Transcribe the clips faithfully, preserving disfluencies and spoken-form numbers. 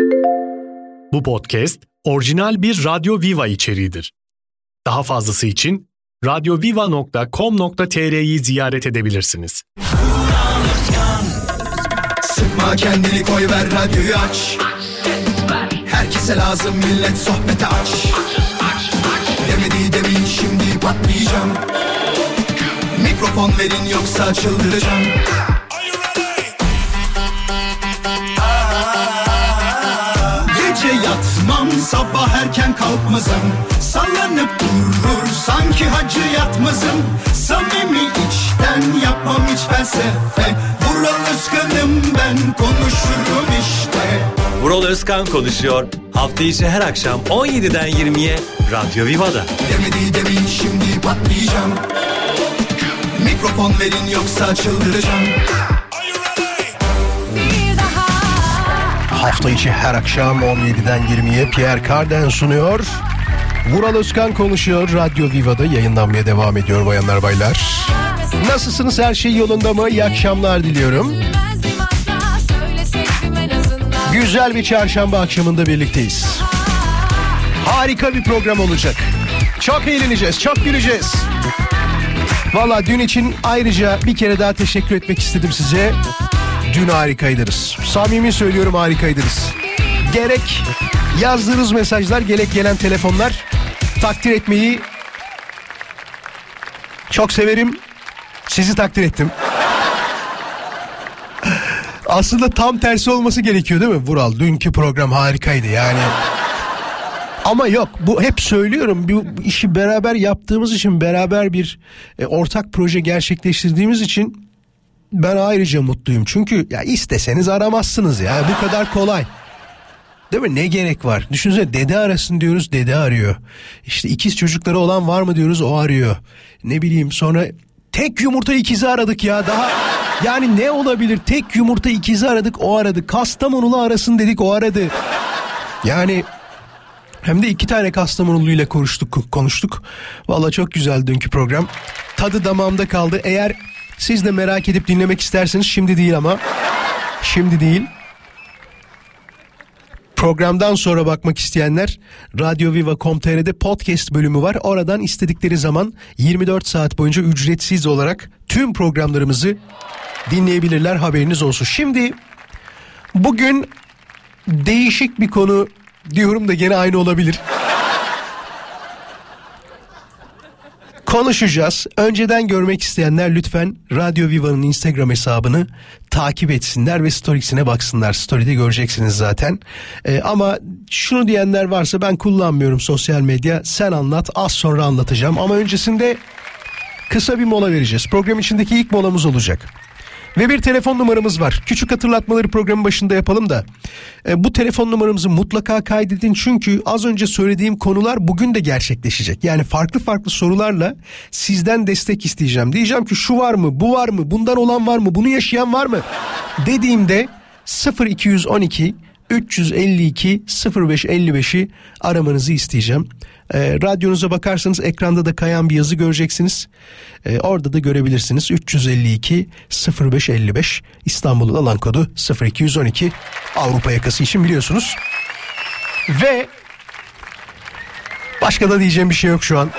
Bu podcast orijinal bir Radyo Viva içeriğidir. Daha fazlası için radyo viva nokta com nokta tr'yi ziyaret edebilirsiniz. Sıkma kendini, koy ver radyoyu aç. Herkese lazım millet, sohbete aç. Demedi demin şimdi patlayacağım. Mikrofon verin yoksa çıldıracağım. Gece yatmam, sabah erken kalkmazım. Sallanıp durur sanki hacı yatmazım. Samimi içten yapmam hiç felsefe. Vural Özkan'ım ben, konuşurum işte. Vural Özkan konuşuyor. Hafta içi her akşam on yediden yirmiye Radyo Viva'da. Demedi demin şimdi patlayacağım. Mikrofon verin yoksa çıldıracağım. Hafta içi her akşam on yediden yirmiye Pierre Cardin sunuyor. Vural Özkan konuşuyor. Radyo Viva'da yayınlanmaya devam ediyor bayanlar baylar. Nasılsınız? Her şey yolunda mı? İyi akşamlar diliyorum. Güzel bir çarşamba akşamında birlikteyiz. Harika bir program olacak. Çok eğleneceğiz, çok güleceğiz. Valla dün için ayrıca bir kere daha teşekkür etmek istedim size. Dün harikaydınız. Samimi söylüyorum, harikaydınız. Gerek yazdığınız mesajlar, gerek gelen telefonlar, takdir etmeyi çok severim. Sizi takdir ettim. Aslında tam tersi olması gerekiyor değil mi Vural? Dünkü program harikaydı yani. Ama yok, bu hep söylüyorum, bu işi beraber yaptığımız için, beraber bir e, ortak proje gerçekleştirdiğimiz için ben ayrıca mutluyum. Çünkü ya isteseniz aramazsınız ya, bu kadar kolay. Değil mi? Ne gerek var? Düşünsene, dede arasın diyoruz, dede arıyor. İşte ikiz çocukları olan var mı diyoruz, o arıyor. Ne bileyim, sonra tek yumurta ikizi aradık ya, daha yani ne olabilir? Tek yumurta ikizi aradık, o aradı. Kastamonulu arasın dedik, o aradı. Yani hem de iki tane Kastamonulu ile konuştuk, konuştuk. Vallahi çok güzel dünkü program. Tadı damağımda kaldı. Eğer siz de merak edip dinlemek isterseniz, şimdi değil ama. Şimdi değil. Programdan sonra bakmak isteyenler radyo viva nokta com nokta tr'de podcast bölümü var. Oradan istedikleri zaman yirmi dört saat boyunca ücretsiz olarak tüm programlarımızı dinleyebilirler, haberiniz olsun. Şimdi bugün değişik bir konu diyorum da gene aynı olabilir. Konuşacağız. Önceden görmek isteyenler lütfen Radyo Viva'nın Instagram hesabını takip etsinler ve storiesine baksınlar. Story'de göreceksiniz zaten. Ee, ama şunu diyenler varsa, ben kullanmıyorum sosyal medya, sen anlat, az sonra anlatacağım. Ama öncesinde kısa bir mola vereceğiz. Program içindeki ilk molamız olacak. Ve bir telefon numaramız var. Küçük hatırlatmaları programın başında yapalım da. E, bu telefon numaramızı mutlaka kaydedin. Çünkü az önce söylediğim konular bugün de gerçekleşecek. Yani farklı farklı sorularla sizden destek isteyeceğim. Diyeceğim ki şu var mı, bu var mı, bundan olan var mı, bunu yaşayan var mı? Dediğimde sıfır iki yüz on iki üç yüz elli iki sıfır beş elli beşi aramanızı isteyeceğim. E, radyonuza bakarsanız ekranda da kayan bir yazı göreceksiniz. E, orada da görebilirsiniz. üç yüz elli iki sıfır beş elli beş İstanbul'un alan kodu sıfır iki yüz on iki, Avrupa yakası için biliyorsunuz. Ve başka da diyeceğim bir şey yok şu an.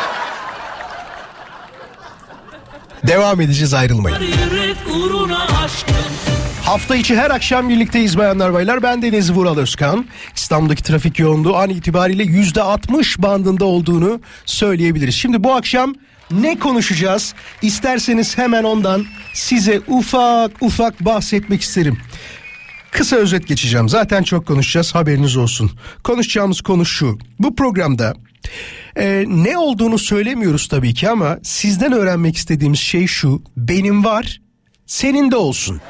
Devam edeceğiz, ayrılmayın. Hafta içi her akşam birlikteyiz bayanlar baylar. Ben Deniz Vural Özkan. İstanbul'daki trafik yoğunluğu an itibariyle yüzde altmış bandında olduğunu söyleyebiliriz. Şimdi bu akşam ne konuşacağız? İsterseniz hemen ondan size ufak ufak bahsetmek isterim. Kısa özet geçeceğim. Zaten çok konuşacağız, haberiniz olsun. Konuşacağımız konu şu. Bu programda e, ne olduğunu söylemiyoruz tabii ki ama sizden öğrenmek istediğimiz şey şu. Benim var, senin de olsun.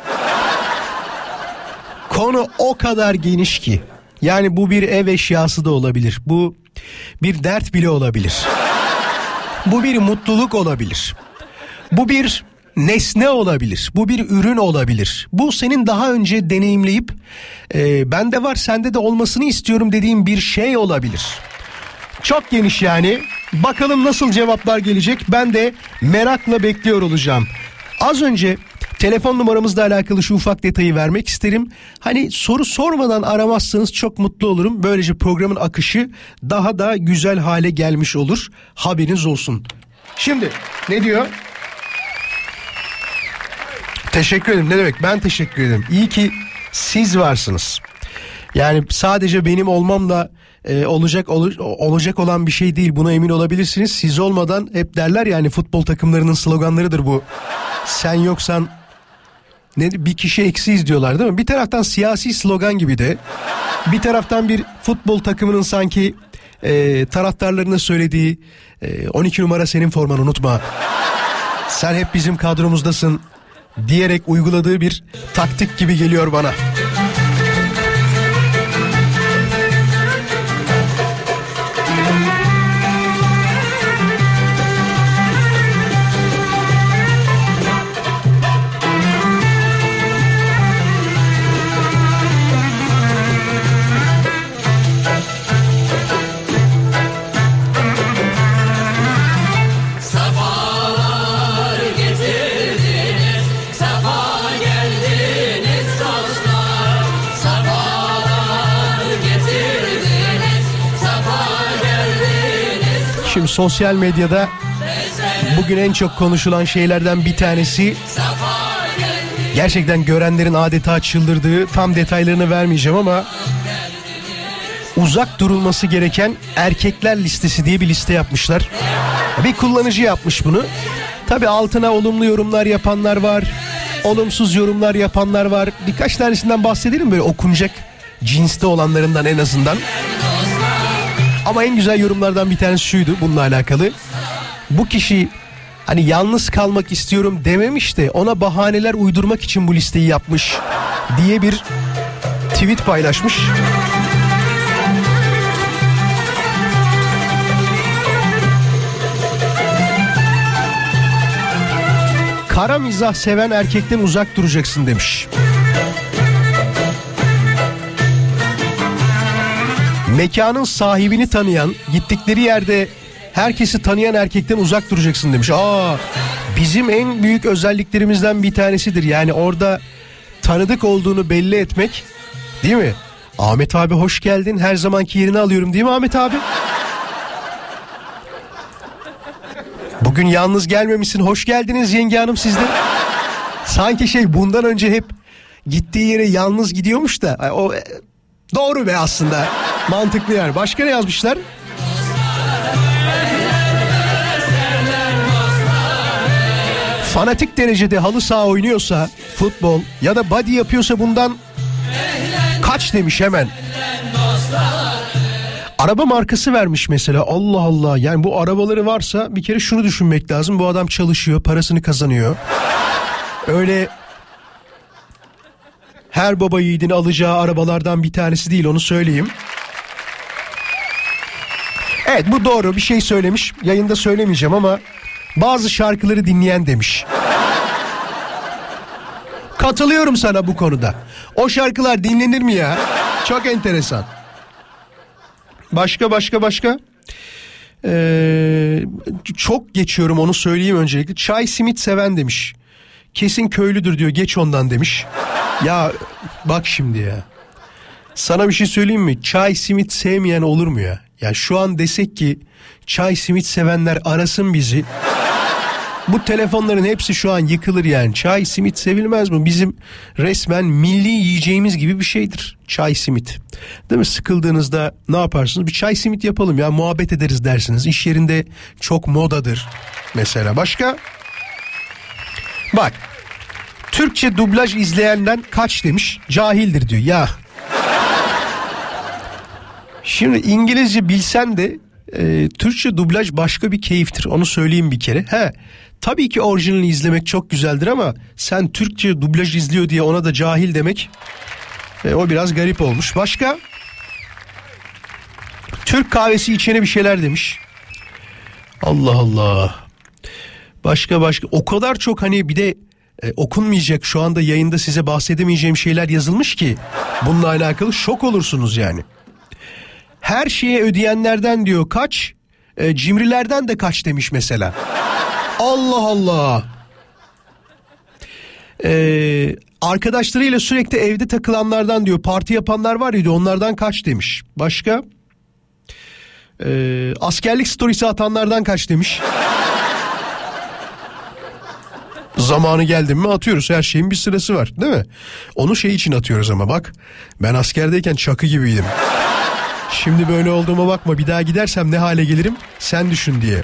Konu o kadar geniş ki. Yani bu bir ev eşyası da olabilir. Bu bir dert bile olabilir. Bu bir mutluluk olabilir. Bu bir nesne olabilir. Bu bir ürün olabilir. Bu senin daha önce deneyimleyip e, bende var sende de olmasını istiyorum dediğim bir şey olabilir. Çok geniş yani. Bakalım nasıl cevaplar gelecek. Ben de merakla bekliyor olacağım. Az önce Telefon numaramızla alakalı şu ufak detayı vermek isterim. Hani soru sormadan aramazsanız çok mutlu olurum. Böylece programın akışı daha da güzel hale gelmiş olur. Haberiniz olsun. Şimdi ne diyor? Teşekkür ederim. Ne demek? Ben teşekkür ederim. İyi ki siz varsınız. Yani sadece benim olmamla e, olacak ol, olacak olan bir şey değil. Buna emin olabilirsiniz. Siz olmadan hep derler yani, futbol takımlarının sloganlarıdır bu. Sen yoksan ne, bir kişi eksiyiz diyorlar değil mi? Bir taraftan siyasi slogan gibi de, bir taraftan bir futbol takımının sanki e, taraftarlarına söylediği e, on iki numara senin forman, unutma. Sen hep bizim kadromuzdasın diyerek uyguladığı bir taktik gibi geliyor bana. Şimdi sosyal medyada bugün en çok konuşulan şeylerden bir tanesi, gerçekten görenlerin adeta çıldırdığı, tam detaylarını vermeyeceğim ama uzak durulması gereken erkekler listesi diye bir liste yapmışlar. Bir kullanıcı yapmış bunu. Tabii altına olumlu yorumlar yapanlar var, olumsuz yorumlar yapanlar var. Birkaç tanesinden bahsedelim, böyle okunacak cinste olanlarından en azından. Ama en güzel yorumlardan bir tanesi şuydu bununla alakalı. Bu kişi hani yalnız kalmak istiyorum dememiş de ona bahaneler uydurmak için bu listeyi yapmış diye bir tweet paylaşmış. Kara mizah seven erkekten uzak duracaksın demiş. Mekanın sahibini tanıyan, gittikleri yerde herkesi tanıyan erkekten uzak duracaksın demiş. Aa, bizim en büyük özelliklerimizden bir tanesidir. Yani orada tanıdık olduğunu belli etmek, değil mi? Ahmet abi hoş geldin, her zamanki yerini alıyorum, değil mi Ahmet abi? Bugün yalnız gelmemişsin, hoş geldiniz yenge hanım siz de. Sanki şey, bundan önce hep gittiği yere yalnız gidiyormuş da o doğru be aslında. Mantıklı yani. Başka ne yazmışlar? Fanatik derecede halı saha oynuyorsa, futbol ya da body yapıyorsa bundan kaç demiş hemen. Araba markası vermiş mesela. Allah Allah. Yani bu arabaları varsa bir kere şunu düşünmek lazım. Bu adam çalışıyor, parasını kazanıyor. Öyle her baba yiğidin alacağı arabalardan bir tanesi değil, onu söyleyeyim. Evet, bu doğru bir şey söylemiş. Yayında söylemeyeceğim ama bazı şarkıları dinleyen demiş. Katılıyorum sana bu konuda. O şarkılar dinlenir mi ya? Çok enteresan. Başka başka başka. Ee, çok geçiyorum, onu söyleyeyim öncelikle. Çay simit seven demiş. Kesin köylüdür diyor, geç ondan demiş. Ya bak şimdi ya. Sana bir şey söyleyeyim mi? Çay simit sevmeyen olur mu ya? Ya şu an desek ki çay simit sevenler arasın bizi. Bu telefonların hepsi şu an yıkılır yani. Çay simit sevilmez mi? Bizim resmen milli yiyeceğimiz gibi bir şeydir çay simit. Değil mi? Sıkıldığınızda ne yaparsınız? Bir çay simit yapalım ya, muhabbet ederiz dersiniz. İş yerinde çok modadır mesela. Başka? Bak, Türkçe dublaj izleyenden kaç demiş? Cahildir diyor. Ya şimdi İngilizce bilsen de e, Türkçe dublaj başka bir keyiftir. Onu söyleyeyim bir kere. He, tabii ki orijinalini izlemek çok güzeldir ama sen Türkçe dublaj izliyor diye ona da cahil demek, e, o biraz garip olmuş. Başka? Türk kahvesi içene bir şeyler demiş. Allah Allah. Başka başka. O kadar çok hani bir de e, okunmayacak, şu anda yayında size bahsedemeyeceğim şeyler yazılmış ki bununla alakalı şok olursunuz yani. Her şeye ödeyenlerden diyor kaç, e, cimrilerden de kaç demiş mesela. Allah Allah. Ee, arkadaşlarıyla sürekli evde takılanlardan diyor, parti yapanlar var ya diyor, onlardan kaç demiş. Başka? Ee, askerlik storiesi atanlardan kaç demiş. Zamanı geldi mi atıyoruz, her şeyin bir sırası var değil mi? Onu şey için atıyoruz ama bak, ben askerdeyken çakı gibiydim. Şimdi böyle olduğuma bakma, bir daha gidersem ne hale gelirim sen düşün diye.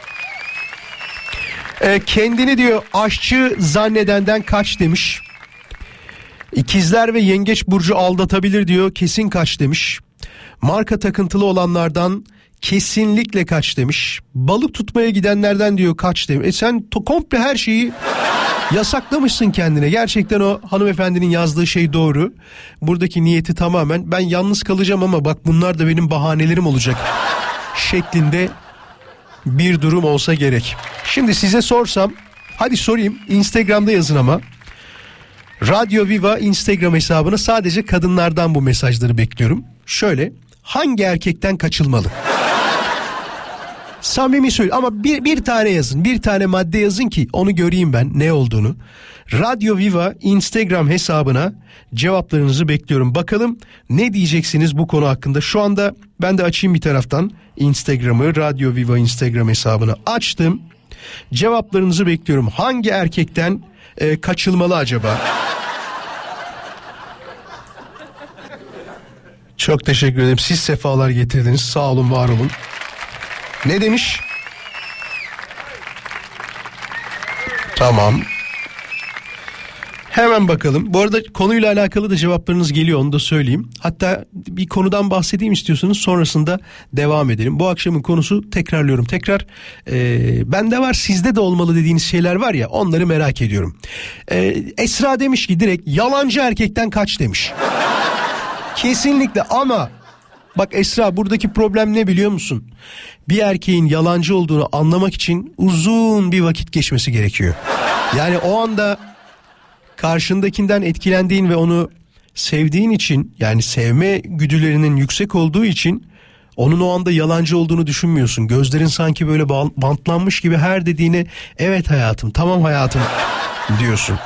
Ee, kendini diyor aşçı zannedenden kaç demiş. İkizler ve Yengeç burcu aldatabilir diyor, kesin kaç demiş. Marka takıntılı olanlardan kesinlikle kaç demiş. Balık tutmaya gidenlerden diyor kaç demiş. E sen to- komple her şeyi yasaklamışsın kendine. Gerçekten o hanımefendinin yazdığı şey doğru. Buradaki niyeti tamamen ben yalnız kalacağım ama bak bunlar da benim bahanelerim olacak şeklinde bir durum olsa gerek. Şimdi size sorsam, hadi sorayım, Instagram'da yazın ama. Radyo Viva Instagram hesabına sadece kadınlardan bu mesajları bekliyorum. Şöyle, hangi erkekten kaçılmalı? Samimi söyle ama bir, bir tane yazın, bir tane madde yazın ki onu göreyim ben ne olduğunu. Radyo Viva Instagram hesabına cevaplarınızı bekliyorum. Bakalım ne diyeceksiniz bu konu hakkında? Şu anda ben de açayım bir taraftan Instagram'ı, Radyo Viva Instagram hesabını açtım. Cevaplarınızı bekliyorum. Hangi erkekten e, kaçılmalı acaba? Çok teşekkür ederim. Siz sefalar getirdiniz. Sağ olun, var olun. Ne demiş? Tamam. Hemen bakalım. Bu arada konuyla alakalı da cevaplarınız geliyor, onu da söyleyeyim. Hatta bir konudan bahsedeyim istiyorsanız, sonrasında devam edelim. Bu akşamın konusu, tekrarlıyorum tekrar. Ee, bende var, sizde de olmalı dediğiniz şeyler var ya, onları merak ediyorum. Ee, Esra demiş ki direkt yalancı erkekten kaç demiş. Kesinlikle, ama bak Esra, buradaki problem ne biliyor musun? Bir erkeğin yalancı olduğunu anlamak için uzun bir vakit geçmesi gerekiyor. Yani o anda karşındakinden etkilendiğin ve onu sevdiğin için, yani sevme güdülerinin yüksek olduğu için onun o anda yalancı olduğunu düşünmüyorsun. Gözlerin sanki böyle bantlanmış gibi, her dediğine evet hayatım, tamam hayatım diyorsun.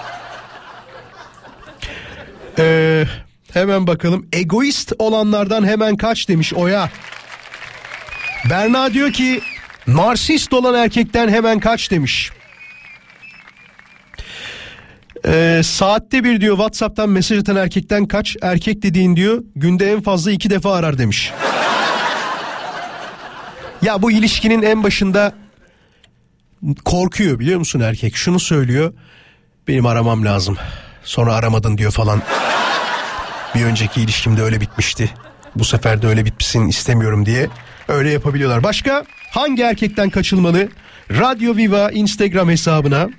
Eee... Hemen bakalım. Egoist olanlardan hemen kaç demiş Oya. Berna diyor ki narsist olan erkekten hemen kaç demiş. Ee, saatte bir diyor WhatsApp'tan mesaj atan erkekten kaç. Erkek dediğin diyor günde en fazla iki defa arar demiş. Ya bu ilişkinin en başında korkuyor biliyor musun erkek? Şunu söylüyor. Benim aramam lazım. Sonra aramadın diyor falan. Bir önceki ilişkimde öyle bitmişti. Bu sefer de öyle bitsin istemiyorum diye öyle yapabiliyorlar. Başka hangi erkekten kaçılmalı? Radyo Viva Instagram hesabına.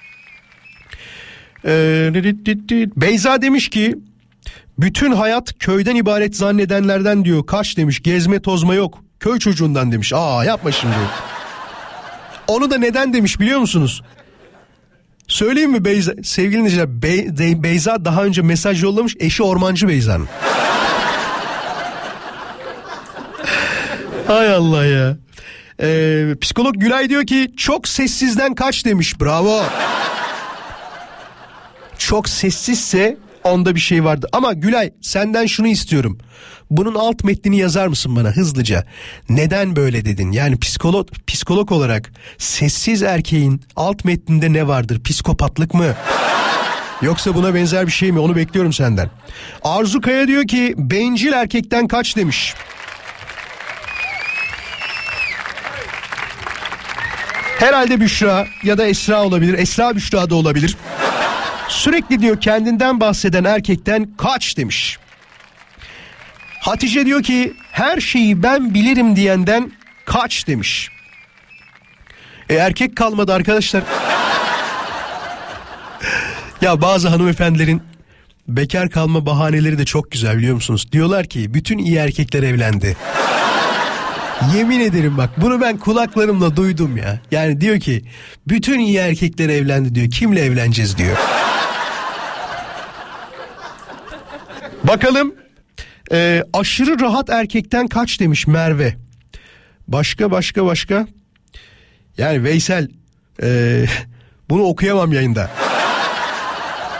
Ee, Beyza demiş ki bütün hayat köyden ibaret zannedenlerden diyor kaç demiş. Gezme tozma yok. Köy çocuğundan demiş. Aa yapma şimdi. Onu da neden demiş biliyor musunuz? Söyleyeyim mi Beyza? Sevgili dinleyiciler, Be- Beyza daha önce mesaj yollamış, eşi ormancı Beyza'nın. Hay Allah ya. Ee, psikolog Gülay diyor ki çok sessizden kaç demiş. Bravo. Çok sessizse onda bir şey vardı. Ama Gülay, senden şunu istiyorum. Bunun alt metnini yazar mısın bana hızlıca? Neden böyle dedin? Yani psikolog psikolog olarak sessiz erkeğin alt metninde ne vardır? Psikopatlık mı? Yoksa buna benzer bir şey mi? Onu bekliyorum senden. Arzu Kaya diyor ki bencil erkekten kaç demiş. Herhalde Büşra ya da Esra olabilir. Esra Büşra da olabilir. Sürekli diyor kendinden bahseden erkekten kaç demiş. Hatice diyor ki her şeyi ben bilirim diyenden kaç demiş. E erkek kalmadı arkadaşlar. Ya bazı hanımefendilerin bekar kalma bahaneleri de çok güzel biliyor musunuz? Diyorlar ki bütün iyi erkekler evlendi. Yemin ederim bak, bunu ben kulaklarımla duydum ya. Yani diyor ki bütün iyi erkekler evlendi diyor. Kimle evleneceğiz diyor. Bakalım e, aşırı rahat erkekten kaç demiş Merve. Başka başka başka. Yani Veysel e, bunu okuyamam yayında.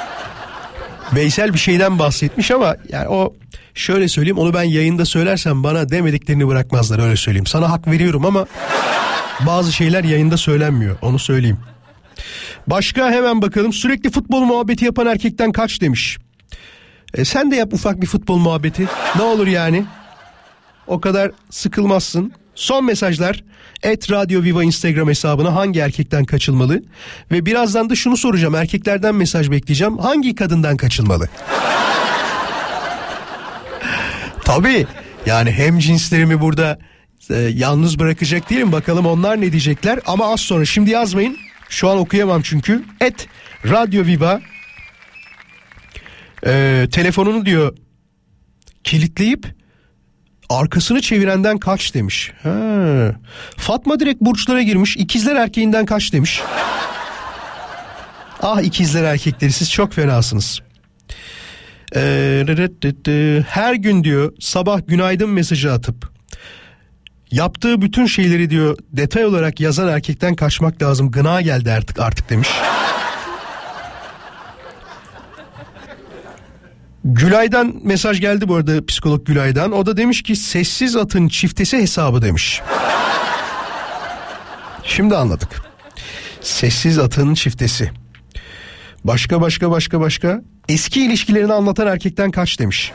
Veysel bir şeyden bahsetmiş ama yani o şöyle söyleyeyim, onu ben yayında söylersem bana demediklerini bırakmazlar, öyle söyleyeyim. Sana hak veriyorum ama bazı şeyler yayında söylenmiyor, onu söyleyeyim. Başka hemen bakalım, sürekli futbol muhabbeti yapan erkekten kaç demiş. E sen de yap ufak bir futbol muhabbeti, ne olur yani, o kadar sıkılmazsın. Son mesajlar et Radyo Viva Instagram hesabına hangi erkekten kaçılmalı? Ve birazdan da şunu soracağım, erkeklerden mesaj bekleyeceğim, hangi kadından kaçılmalı? Tabii yani hem cinslerimi burada e, yalnız bırakacak değilim, bakalım onlar ne diyecekler, ama az sonra, şimdi yazmayın, şu an okuyamam çünkü. Et Radyo Viva e, telefonunu diyor kilitleyip arkasını çevirenden kaç demiş. Ha. Fatma direkt burçlara girmiş. İkizler erkeğinden kaç demiş. Ah ikizler erkekleri, siz çok fenasınız. Ee, her gün diyor sabah günaydın mesajı atıp yaptığı bütün şeyleri diyor detay olarak yazan erkekten kaçmak lazım. Gına geldi artık artık demiş. Gülay'dan mesaj geldi bu arada, psikolog Gülay'dan. O da demiş ki sessiz atın çiftesi hesabı demiş. Şimdi anladık. Sessiz atın çiftesi. Başka başka başka başka. Eski ilişkilerini anlatan erkekten kaç demiş.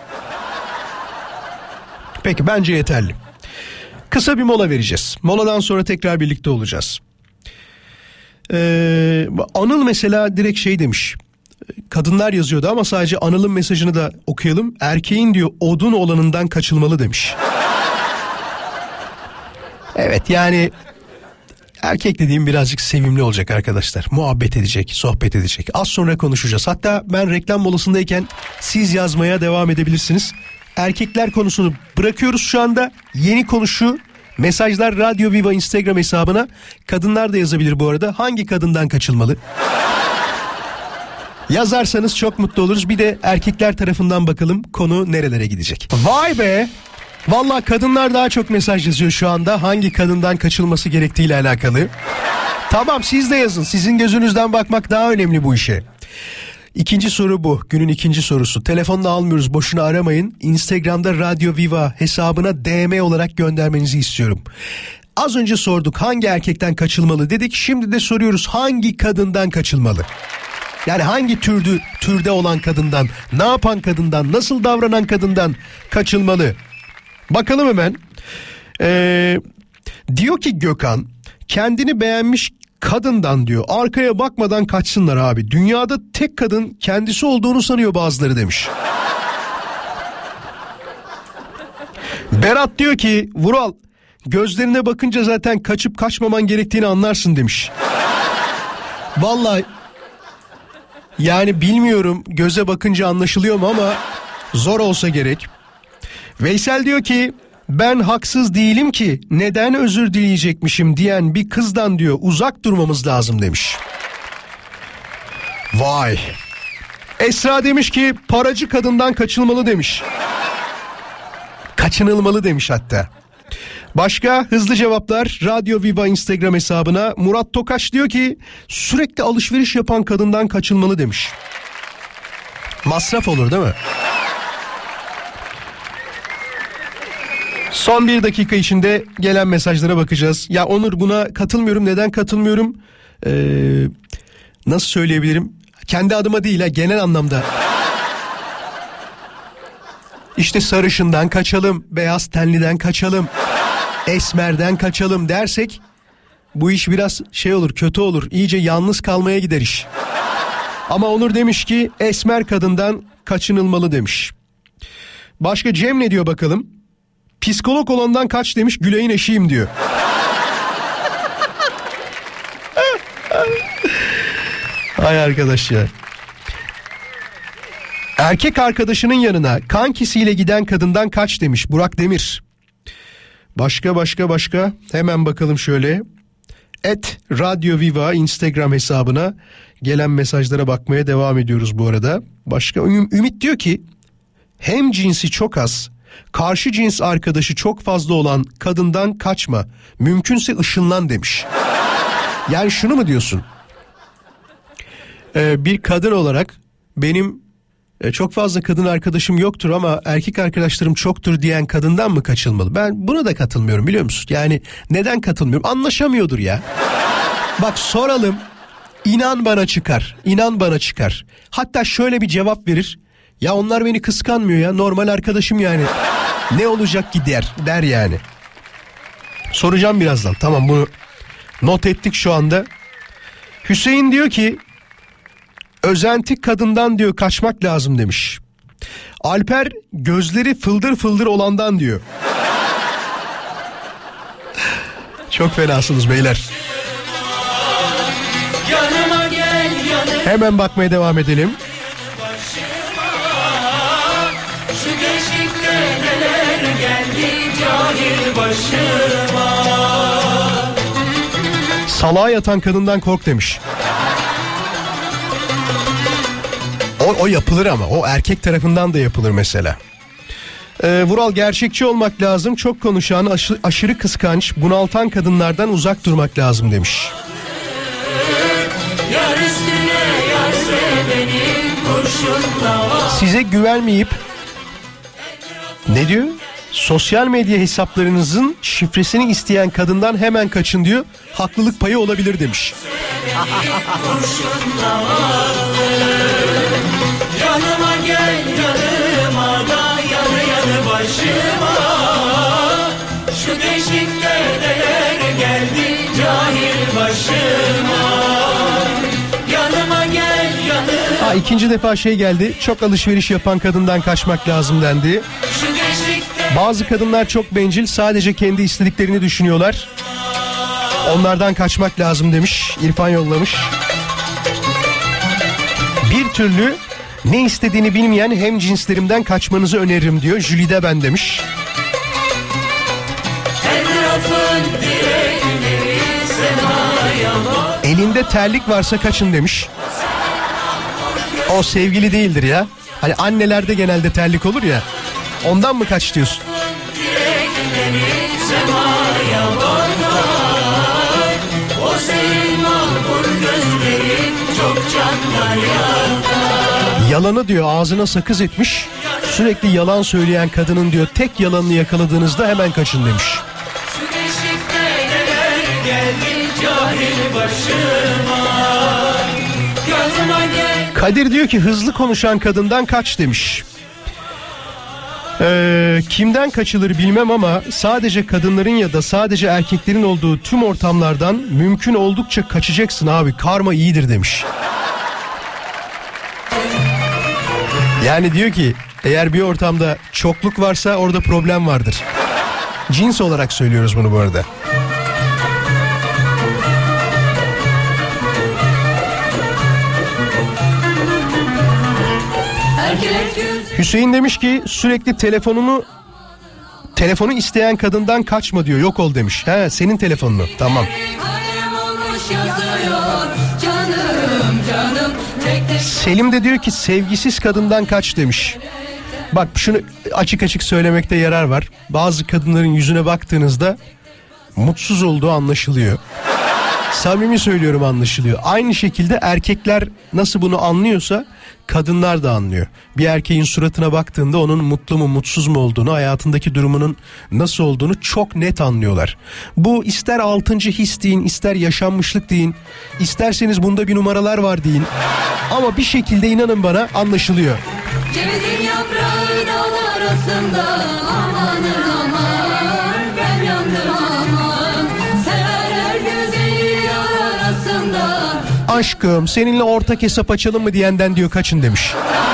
Peki bence yeterli. Kısa bir mola vereceğiz. Moladan sonra tekrar birlikte olacağız. Ee, Anıl mesela direkt şey demiş. Kadınlar yazıyordu ama sadece Anıl'ın mesajını da okuyalım. Erkeğin diyor odun olanından kaçılmalı demiş. Evet yani erkek dediğim birazcık sevimli olacak arkadaşlar. Muhabbet edecek, sohbet edecek. Az sonra konuşacağız. Hatta ben reklam molasındayken siz yazmaya devam edebilirsiniz. Erkekler konusunu bırakıyoruz şu anda. Yeni konu şu. Mesajlar Radyo Viva Instagram hesabına. Kadınlar da yazabilir bu arada. Hangi kadından kaçılmalı? Yazarsanız çok mutlu oluruz. Bir de erkekler tarafından bakalım konu nerelere gidecek. Vay be! Vallahi kadınlar daha çok mesaj yazıyor şu anda. Hangi kadından kaçılması gerektiğiyle alakalı. Tamam, siz de yazın. Sizin gözünüzden bakmak daha önemli bu işe. İkinci soru bu. Günün ikinci sorusu. Telefonla almıyoruz, boşuna aramayın. Instagram'da Radyo Viva hesabına D M olarak göndermenizi istiyorum. Az önce sorduk hangi erkekten kaçılmalı dedik. Şimdi de soruyoruz hangi kadından kaçılmalı? Yani hangi türdü, türde olan kadından, ne yapan kadından, nasıl davranan kadından kaçılmalı? Bakalım hemen. Ee, diyor ki Gökhan, kendini beğenmiş kadından diyor arkaya bakmadan kaçsınlar abi. Dünyada tek kadın kendisi olduğunu sanıyor bazıları demiş. Berat diyor ki Vural, gözlerine bakınca zaten kaçıp kaçmaman gerektiğini anlarsın demiş. Vallahi yani bilmiyorum göze bakınca anlaşılıyor mu ama zor olsa gerek. Veysel diyor ki ben haksız değilim ki neden özür dileyecekmişim diyen bir kızdan diyor uzak durmamız lazım demiş. Vay. Esra demiş ki paracı kadından kaçılmalı demiş. Kaçınılmalı demiş hatta. Başka hızlı cevaplar Radyo Viva Instagram hesabına. Murat Tokaç diyor ki sürekli alışveriş yapan kadından kaçılmalı demiş. Masraf olur değil mi? Son bir dakika içinde gelen mesajlara bakacağız. Ya Onur, buna katılmıyorum. Neden katılmıyorum? Ee, nasıl söyleyebilirim? Kendi adıma değil ha, genel anlamda. İşte sarışından kaçalım, beyaz tenliden kaçalım, esmerden kaçalım dersek bu iş biraz şey olur, kötü olur. İyice yalnız kalmaya gider iş. Ama Onur demiş ki esmer kadından kaçınılmalı demiş. Başka Cem ne diyor bakalım? Psikolog olandan kaç demiş, Gülay'ın eşiyim diyor. Ay arkadaş ya. Erkek arkadaşının yanına kankisiyle giden kadından kaç demiş Burak Demir. Başka başka başka hemen bakalım şöyle. Et Radyo Viva Instagram hesabına gelen mesajlara bakmaya devam ediyoruz bu arada. Başka Üm- Ümit diyor ki hem cinsi çok az, karşı cins arkadaşı çok fazla olan kadından kaçma. Mümkünse ışınlan demiş. Yani şunu mu diyorsun? Ee, bir kadın olarak benim e, çok fazla kadın arkadaşım yoktur ama erkek arkadaşlarım çoktur diyen kadından mı kaçılmalı? Ben buna da katılmıyorum, biliyor musun? Yani neden katılmıyorum? Anlaşamıyordur ya. Bak soralım, inan bana çıkar, inan bana çıkar. Hatta şöyle bir cevap verir. Ya onlar beni kıskanmıyor ya, normal arkadaşım yani. Ne olacak ki der, der yani. Soracağım birazdan. Tamam, bunu not ettik şu anda. Hüseyin diyor ki özentik kadından diyor kaçmak lazım demiş. Alper gözleri fıldır fıldır olandan diyor. Çok fenasınız beyler. Yanıma gel, yanıma. Hemen bakmaya devam edelim. Şu deşikte neler geldi cahil başıma. Salağa yatan kadından kork demiş. O, o yapılır ama o erkek tarafından da yapılır mesela. Ee, Vural, gerçekçi olmak lazım. Çok konuşan, aşı, aşırı kıskanç, bunaltan kadınlardan uzak durmak lazım demiş. Yar üstüne yar seveni kurşunla. Size güvenmeyip ne diyor? Sosyal medya hesaplarınızın şifresini isteyen kadından hemen kaçın diyor. Haklılık payı olabilir demiş. Yanıma gel, yanıma da yanı yanı başıma. Şu deşikte neler geldi cahil başıma. Yanıma gel, yanıma. Ha, ikinci defa şey geldi. Çok alışveriş yapan kadından kaçmak lazım dendi. Şu deşikte. Bazı kadınlar çok bencil, sadece kendi istediklerini düşünüyorlar. Onlardan kaçmak lazım demiş. İrfan yollamış. Bir türlü ne istediğini bilmeyen hem cinslerimden kaçmanızı öneririm diyor. Jülide ben demiş. Elinde terlik varsa kaçın demiş. O sevgili değildir ya. Hani annelerde genelde terlik olur ya. Ondan mı kaç diyorsun? Yalanı diyor ağzına sakız etmiş. Sürekli yalan söyleyen kadının diyor tek yalanını yakaladığınızda hemen kaçın demiş. Kadir diyor ki hızlı konuşan kadından kaç demiş. Ee, kimden kaçılır bilmem ama sadece kadınların ya da sadece erkeklerin olduğu tüm ortamlardan mümkün oldukça kaçacaksın abi. Karma iyidir demiş. Yani diyor ki eğer bir ortamda çokluk varsa orada problem vardır. Cins olarak söylüyoruz bunu bu arada. Hüseyin demiş ki sürekli telefonunu telefonu isteyen kadından kaçma diyor. Yok ol demiş. He, senin telefonunu. Tamam. Selim de diyor ki sevgisiz kadından kaç demiş. Bak şunu açık açık söylemekte yarar var. Bazı kadınların yüzüne baktığınızda mutsuz olduğu anlaşılıyor. Samimi söylüyorum, anlaşılıyor. Aynı şekilde erkekler nasıl bunu anlıyorsa kadınlar da anlıyor. Bir erkeğin suratına baktığında onun mutlu mu mutsuz mu olduğunu, hayatındaki durumunun nasıl olduğunu çok net anlıyorlar. Bu ister altıncı his deyin, ister yaşanmışlık deyin, isterseniz bunda bir numaralar var deyin. Ama bir şekilde inanın bana anlaşılıyor. Cevizin yaprağı dal arasında, amanın aman ben yandım aman. Sever güzeli yar arasında. Aşkım seninle ortak hesap açalım mı diyenden diyor kaçın demiş.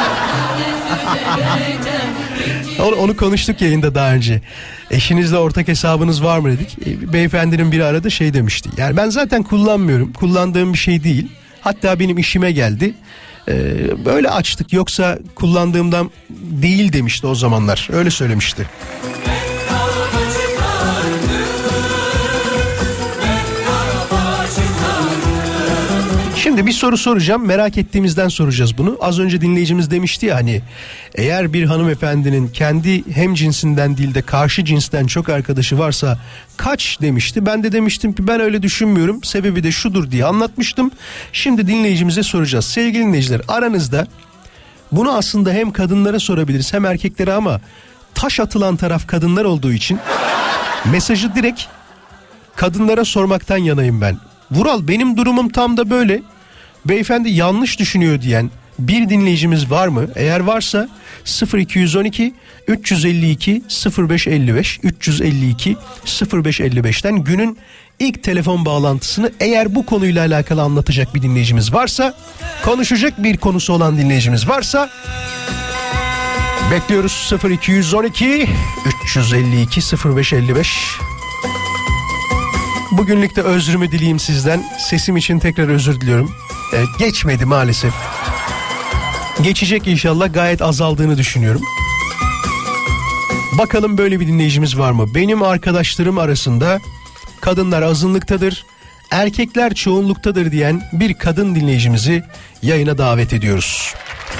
onu, onu konuştuk yayında daha önce. Eşinizle ortak hesabınız var mı dedik. E, beyefendinin biri aradı şey demişti. Yani ben zaten kullanmıyorum. Kullandığım bir şey değil. Hatta benim işime geldi. Ee, böyle açtık, yoksa kullandığımdan değil demişti o zamanlar. Öyle söylemişti. Şimdi bir soru soracağım, merak ettiğimizden soracağız bunu. Az önce dinleyicimiz demişti ya hani eğer bir hanımefendinin kendi hem cinsinden değil de karşı cinsten çok arkadaşı varsa kaç demişti. Ben de demiştim ki ben öyle düşünmüyorum, sebebi de şudur diye anlatmıştım. Şimdi dinleyicimize soracağız. Sevgili dinleyiciler, aranızda Bunu aslında hem kadınlara sorabiliriz hem erkeklere ama taş atılan taraf kadınlar olduğu için mesajı direkt kadınlara sormaktan yanayım ben. Vural, benim durumum tam da böyle. Beyefendi yanlış düşünüyor diyen bir dinleyicimiz var mı? Eğer varsa sıfır iki on iki üç yüz elli iki sıfır beş elli beş üç yüz elli iki sıfır beş elli beşten günün ilk telefon bağlantısını, eğer bu konuyla alakalı anlatacak bir dinleyicimiz varsa, konuşacak bir konusu olan dinleyicimiz varsa bekliyoruz. Sıfır iki on iki üç yüz elli iki sıfır beş elli beş. Bugünlük de özrümü dileyim sizden. Sesim için tekrar özür diliyorum. Ee, geçmedi maalesef. Geçecek inşallah, gayet azaldığını düşünüyorum. Bakalım böyle bir dinleyicimiz var mı? Benim arkadaşlarım arasında kadınlar azınlıktadır, erkekler çoğunluktadır diyen bir kadın dinleyicimizi yayına davet ediyoruz.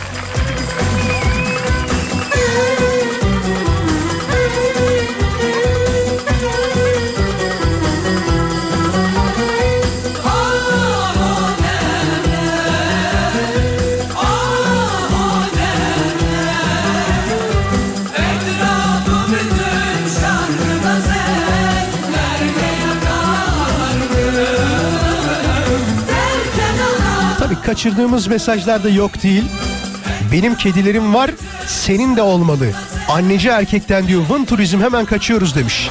Kaçırdığımız mesajlar da yok değil. Benim kedilerim var, senin de olmalı. Anneci erkekten diyor. Vın Turizm, hemen kaçıyoruz demiş.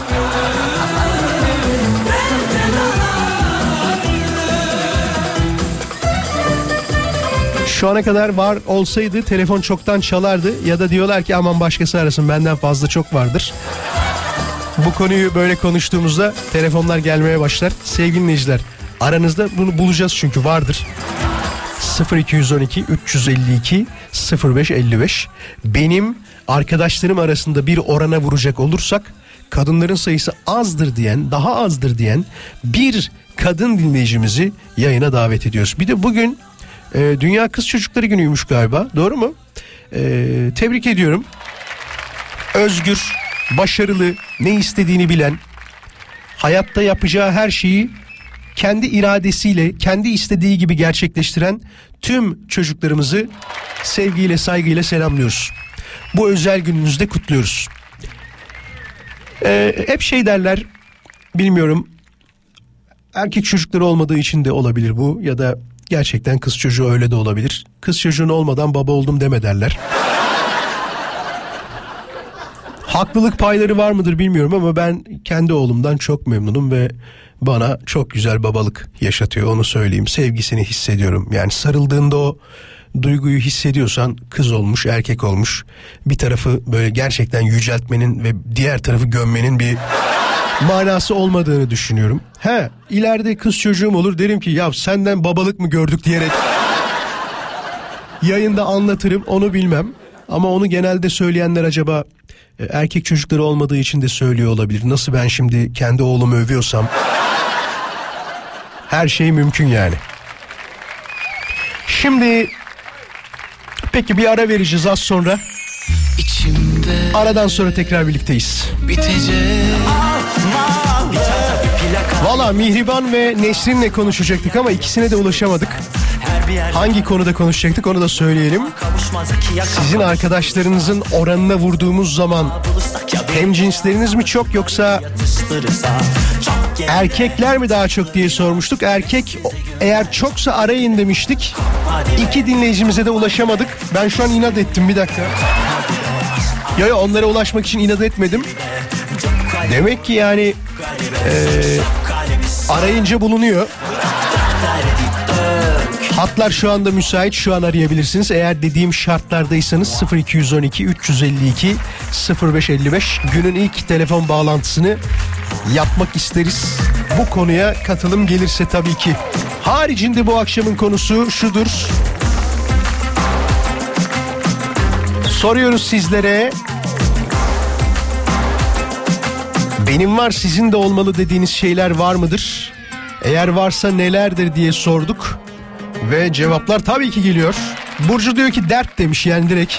Şu ana kadar var olsaydı telefon çoktan çalardı. Ya da diyorlar ki aman başkası arasın, benden fazla çok vardır. Bu konuyu böyle konuştuğumuzda telefonlar gelmeye başlar. Sevgili dinleyiciler, aranızda bunu bulacağız çünkü vardır. sıfır iki on iki üç yüz elli iki sıfır beş elli beş. Benim arkadaşlarım arasında bir orana vuracak olursak kadınların sayısı azdır diyen, daha azdır diyen bir kadın dinleyicimizi yayına davet ediyoruz. Bir de bugün e, Dünya Kız Çocukları Günü'ymüş galiba, doğru mu? E, tebrik ediyorum. Özgür, başarılı, ne istediğini bilen, hayatta yapacağı her şeyi kendi iradesiyle, kendi istediği gibi gerçekleştiren tüm çocuklarımızı sevgiyle, saygıyla selamlıyoruz. Bu özel gününüzde kutluyoruz. Ee, hep şey derler, bilmiyorum, erkek çocukları olmadığı için de olabilir bu, ya da gerçekten kız çocuğu öyle de olabilir. Kız çocuğun olmadan baba oldum deme derler. Haklılık payları var mıdır bilmiyorum ama ben kendi oğlumdan çok memnunum ve bana çok güzel babalık yaşatıyor, onu söyleyeyim. Sevgisini hissediyorum. Yani sarıldığında o duyguyu hissediyorsan kız olmuş, erkek olmuş. Bir tarafı böyle gerçekten yüceltmenin ve diğer tarafı gömmenin bir manası olmadığını düşünüyorum. He, ileride kız çocuğum olur, derim ki ya senden babalık mı gördük diyerek yayında anlatırım, onu bilmem. Ama onu genelde söyleyenler acaba erkek çocukları olmadığı için de söylüyor olabilir. Nasıl ben şimdi kendi oğlumu övüyorsam her şey mümkün yani. Şimdi peki bir ara vereceğiz az sonra. İçimde aradan sonra tekrar birlikteyiz. Valla Mihriban ve Nesrin'le konuşacaktık ama ikisine de ulaşamadık. Hangi konuda konuşacaktık onu da söyleyelim. Sizin arkadaşlarınızın oranına vurduğumuz zaman hem cinsleriniz mi çok yoksa erkekler mi daha çok diye sormuştuk. Erkek eğer çoksa arayın demiştik. İki dinleyicimize de ulaşamadık. Ben şu an inat ettim, bir dakika. Yo yo, onlara ulaşmak için inat etmedim. Demek ki yani e, arayınca bulunuyor. Hatlar şu anda müsait, şu an arayabilirsiniz. Eğer dediğim şartlardaysanız sıfır iki on iki üç yüz elli iki sıfır beş elli beş günün ilk telefon bağlantısını yapmak isteriz. Bu konuya katılım gelirse tabii ki. Haricinde bu akşamın konusu şudur. Soruyoruz sizlere. Benim var, sizin de olmalı dediğiniz şeyler var mıdır? Eğer varsa nelerdir diye sorduk. Ve cevaplar tabii ki geliyor. Burcu diyor ki dert demiş, yani direkt.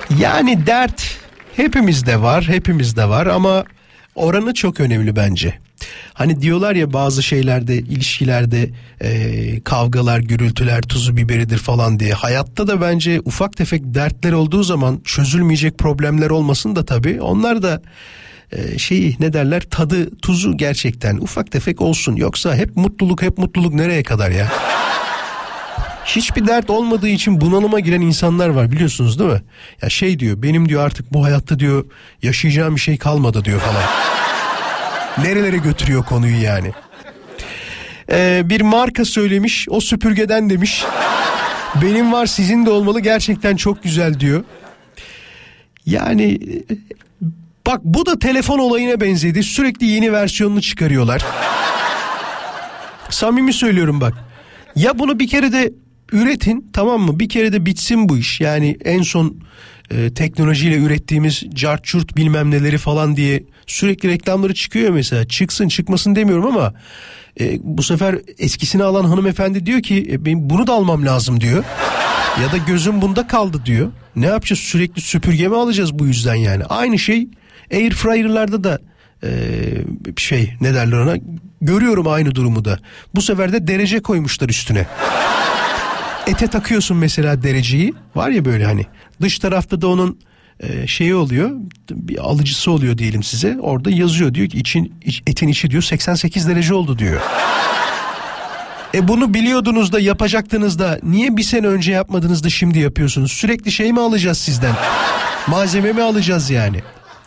Yani dert hepimizde var, hepimizde var ama oranı çok önemli bence. Hani diyorlar ya bazı şeylerde, ilişkilerde e, kavgalar, gürültüler tuzu biberidir falan diye. Hayatta da bence ufak tefek dertler olduğu zaman çözülmeyecek problemler olmasın da tabii. Onlar da e, şeyi ne derler, tadı tuzu gerçekten ufak tefek olsun. Yoksa hep mutluluk hep mutluluk nereye kadar ya? Hiçbir dert olmadığı için bunalıma giren insanlar var, biliyorsunuz değil mi? Ya şey diyor, benim diyor artık bu hayatta diyor yaşayacağım bir şey kalmadı diyor falan. Nerelere götürüyor konuyu yani. Ee, bir marka söylemiş, o süpürgeden demiş. Benim var sizin de olmalı, gerçekten çok güzel diyor. Yani bak bu da telefon olayına benzedi. Sürekli yeni versiyonunu çıkarıyorlar. Samimi söylüyorum bak. Ya bunu bir kere de üretin, tamam mı? Bir kere de bitsin bu iş. Yani en son e, teknolojiyle ürettiğimiz cart çurt bilmem neleri falan diye sürekli reklamları çıkıyor mesela. Çıksın çıkmasın demiyorum ama e, bu sefer eskisini alan hanımefendi diyor ki e, benim bunu da almam lazım diyor. Ya da gözüm bunda kaldı diyor. Ne yapacağız, sürekli süpürge mi alacağız bu yüzden yani? Aynı şey airfryer'larda da e, şey ne derler ona, görüyorum aynı durumu da. Bu sefer de derece koymuşlar üstüne. Ete takıyorsun mesela dereceyi, var ya böyle hani dış tarafta da onun e, şeyi oluyor, bir alıcısı oluyor diyelim size, orada yazıyor, diyor ki için iç, etin içi diyor seksen sekiz derece oldu diyor. E bunu biliyordunuz da yapacaktınız da niye bir sene önce yapmadınız da şimdi yapıyorsunuz? Sürekli şey mi alacağız sizden? Malzeme mi alacağız yani?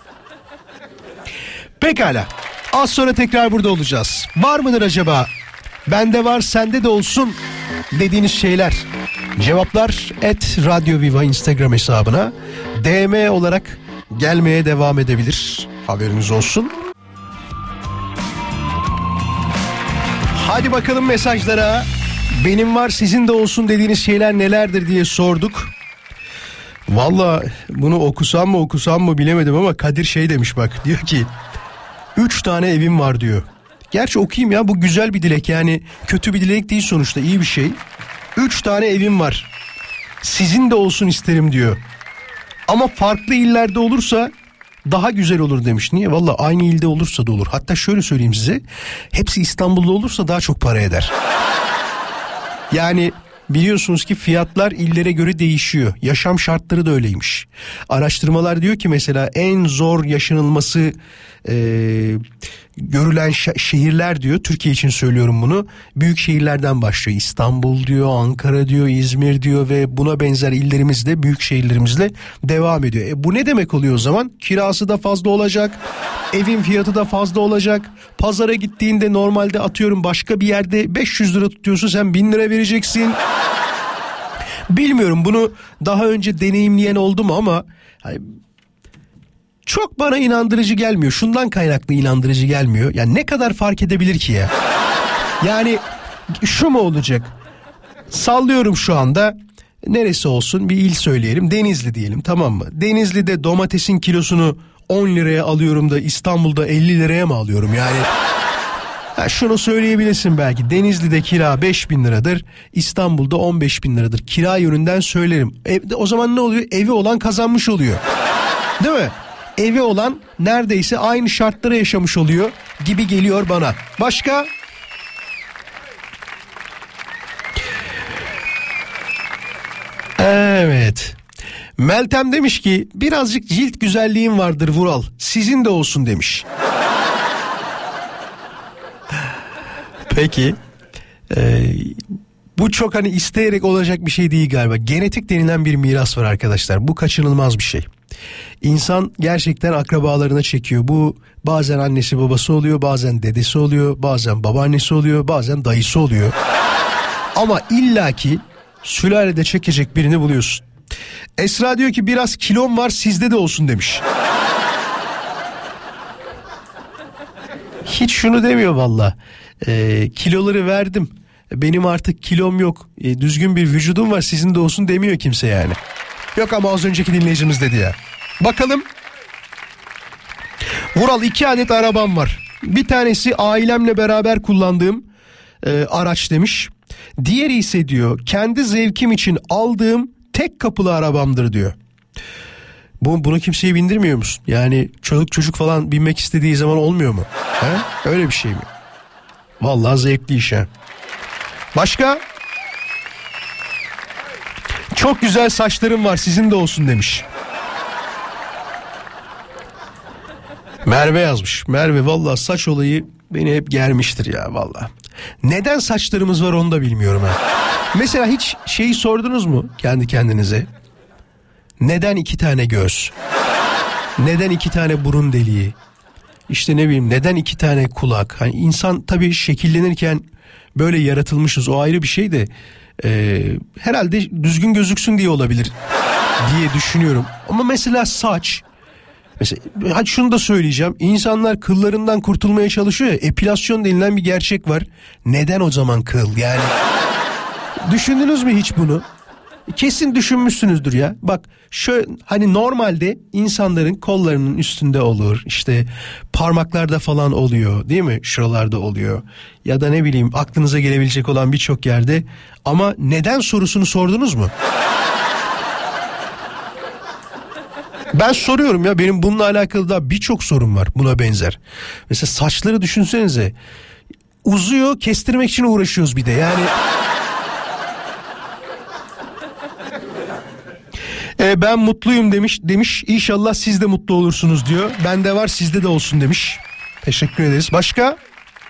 Pekala, az sonra tekrar burada olacağız. Var mıdır acaba bende var sende de olsun dediğiniz şeyler? Cevaplar et Radyo Viva Instagram hesabına D M olarak gelmeye devam edebilir. Haberiniz olsun. Hadi bakalım mesajlara. Benim var sizin de olsun dediğiniz şeyler nelerdir diye sorduk. Valla bunu okusam mı okusam mı bilemedim ama Kadir şey demiş bak, diyor ki üç tane evim var diyor. Gerçi okuyayım ya, bu güzel bir dilek yani, kötü bir dilek değil sonuçta, iyi bir şey. Üç tane evim var, sizin de olsun isterim diyor. Ama farklı illerde olursa daha güzel olur demiş. Niye? Valla aynı ilde olursa da olur. Hatta şöyle söyleyeyim size, hepsi İstanbul'da olursa daha çok para eder. Yani biliyorsunuz ki fiyatlar illere göre değişiyor. Yaşam şartları da öyleymiş. Araştırmalar diyor ki mesela en zor yaşanılması e, görülen şa- şehirler diyor. Türkiye için söylüyorum bunu. Büyük şehirlerden başlıyor. İstanbul diyor, Ankara diyor, İzmir diyor ve buna benzer illerimizde, büyük şehirlerimizle devam ediyor. E bu ne demek oluyor o zaman? Kirası da fazla olacak. Evin fiyatı da fazla olacak. Pazara gittiğinde normalde atıyorum başka bir yerde beş yüz lira tutuyorsun, sen bin lira vereceksin. Bilmiyorum, bunu daha önce deneyimleyen oldu mu ama hani çok bana inandırıcı gelmiyor. Şundan kaynaklı inandırıcı gelmiyor. Yani ne kadar fark edebilir ki ya? Yani şu mu olacak? Sallıyorum şu anda. Neresi olsun, bir il söyleyelim. Denizli diyelim, tamam mı? Denizli'de domatesin kilosunu on liraya alıyorum da İstanbul'da elli liraya mı alıyorum yani? Ha, şunu söyleyebilirsin belki, Denizli'de kira beş bin liradır, İstanbul'da on beş bin liradır. Kira yönünden söylerim. E, o zaman ne oluyor? Evi olan kazanmış oluyor. Değil mi? Evi olan neredeyse aynı şartlara yaşamış oluyor gibi geliyor bana. Başka? Evet. Meltem demiş ki birazcık cilt güzelliğim vardır Vural, sizin de olsun demiş. Peki. Ee, bu çok hani isteyerek olacak bir şey değil galiba. Genetik denilen bir miras var arkadaşlar. Bu kaçınılmaz bir şey. İnsan gerçekten akrabalarına çekiyor. Bu bazen annesi babası oluyor, bazen dedesi oluyor, bazen babaannesi oluyor, bazen dayısı oluyor. Ama illaki sülalede çekecek birini buluyorsun. Esra diyor ki biraz kilom var sizde de olsun demiş. Hiç şunu demiyor valla. Ee, kiloları verdim. Benim artık kilom yok. Ee, düzgün bir vücudum var, sizin de olsun demiyor kimse yani. Yok ama az önceki dinleyicimiz dedi ya. Bakalım. Vural iki adet arabam var. Bir tanesi ailemle beraber kullandığım e, araç demiş. Diğeri ise diyor kendi zevkim için aldığım tek kapılı arabamdır diyor. Bu, bunu kimseye bindirmiyor musun? Yani çocuk çocuk falan binmek istediği zaman olmuyor mu? He? Öyle bir şey mi? Vallahi zevkli iş ha. Başka? Çok güzel saçlarım var, sizin de olsun demiş. Merve yazmış. Merve vallahi saç olayı beni hep germiştir ya vallahi. Neden saçlarımız var onu da bilmiyorum ha. Mesela hiç şeyi sordunuz mu kendi kendinize? Neden iki tane göz? Neden iki tane burun deliği? İşte ne bileyim, neden iki tane kulak? Hani insan tabii şekillenirken böyle yaratılmışız, o ayrı bir şey de e, herhalde düzgün gözüksün diye olabilir diye düşünüyorum. Ama mesela saç, mesela hadi şunu da söyleyeceğim, insanlar kıllarından kurtulmaya çalışıyor ya, epilasyon denilen bir gerçek var. Neden o zaman kıl yani? Düşündünüz mü hiç bunu? Kesin düşünmüşsünüzdür ya. Bak şöyle, hani normalde insanların kollarının üstünde olur, işte parmaklarda falan oluyor değil mi? Şuralarda oluyor. Ya da ne bileyim aklınıza gelebilecek olan birçok yerde. Ama neden sorusunu sordunuz mu? Ben soruyorum ya, benim bununla alakalı da birçok sorum var buna benzer. Mesela saçları düşünsenize. Uzuyor, kestirmek için uğraşıyoruz bir de yani. E, ben mutluyum demiş. Demiş İnşallah siz de mutlu olursunuz diyor. Bende var, sizde de olsun demiş. Teşekkür ederiz. Başka?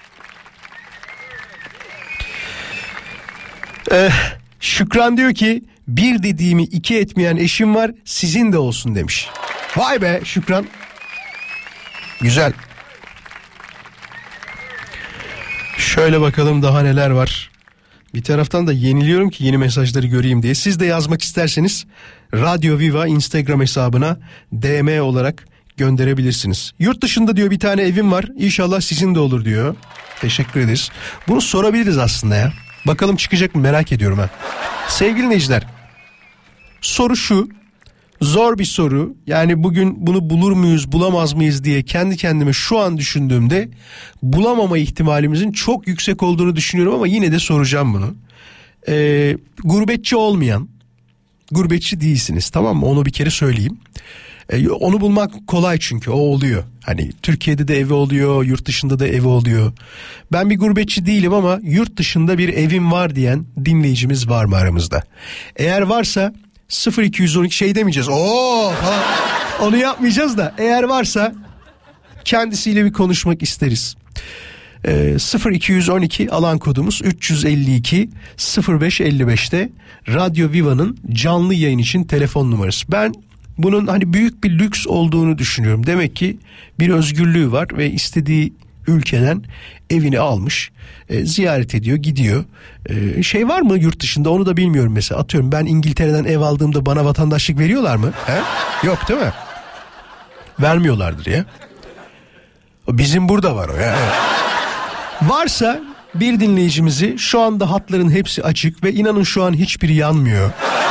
E, Şükran diyor ki bir dediğimi iki etmeyen eşim var, sizin de olsun demiş. Vay be Şükran. Güzel. Şöyle bakalım daha neler var. Bir taraftan da yeniliyorum ki yeni mesajları göreyim diye. Siz de yazmak isterseniz Radyo Viva Instagram hesabına D M olarak gönderebilirsiniz. Yurt dışında diyor bir tane evim var, İnşallah sizin de olur diyor. Teşekkür ederiz. Bunu sorabiliriz aslında ya. Bakalım çıkacak mı, merak ediyorum ha. Sevgili dinleyiciler, soru şu. Zor bir soru. Yani bugün bunu bulur muyuz, bulamaz mıyız diye kendi kendime şu an düşündüğümde bulamama ihtimalimizin çok yüksek olduğunu düşünüyorum ama yine de soracağım bunu. Ee, gurbetçi olmayan, gurbetçi değilsiniz, tamam mı? Onu bir kere söyleyeyim. Ee, onu bulmak kolay çünkü o oluyor. Hani Türkiye'de de evi oluyor, yurt dışında da evi oluyor. Ben bir gurbetçi değilim ama yurt dışında bir evim var diyen dinleyicimiz var mı aramızda? Eğer varsa sıfır iki yüz on iki şey demeyeceğiz. Oo falan. Onu yapmayacağız da eğer varsa kendisiyle bir konuşmak isteriz. Ee, sıfır iki yüz on iki alan kodumuz üç yüz elli iki sıfır beş elli beşte Radyo Viva'nın canlı yayın için telefon numarası. Ben bunun hani büyük bir lüks olduğunu düşünüyorum. Demek ki bir özgürlüğü var ve istediği ülkeden evini almış, e, ziyaret ediyor, gidiyor. E, şey var mı yurt dışında, onu da bilmiyorum mesela. Atıyorum ben İngiltere'den ev aldığımda bana vatandaşlık veriyorlar mı? He? Yok değil mi? Vermiyorlardır ya. Bizim burada var o ya. Evet. Varsa bir dinleyicimizi, şu anda hatların hepsi açık ve inanın şu an hiçbiri yanmıyor.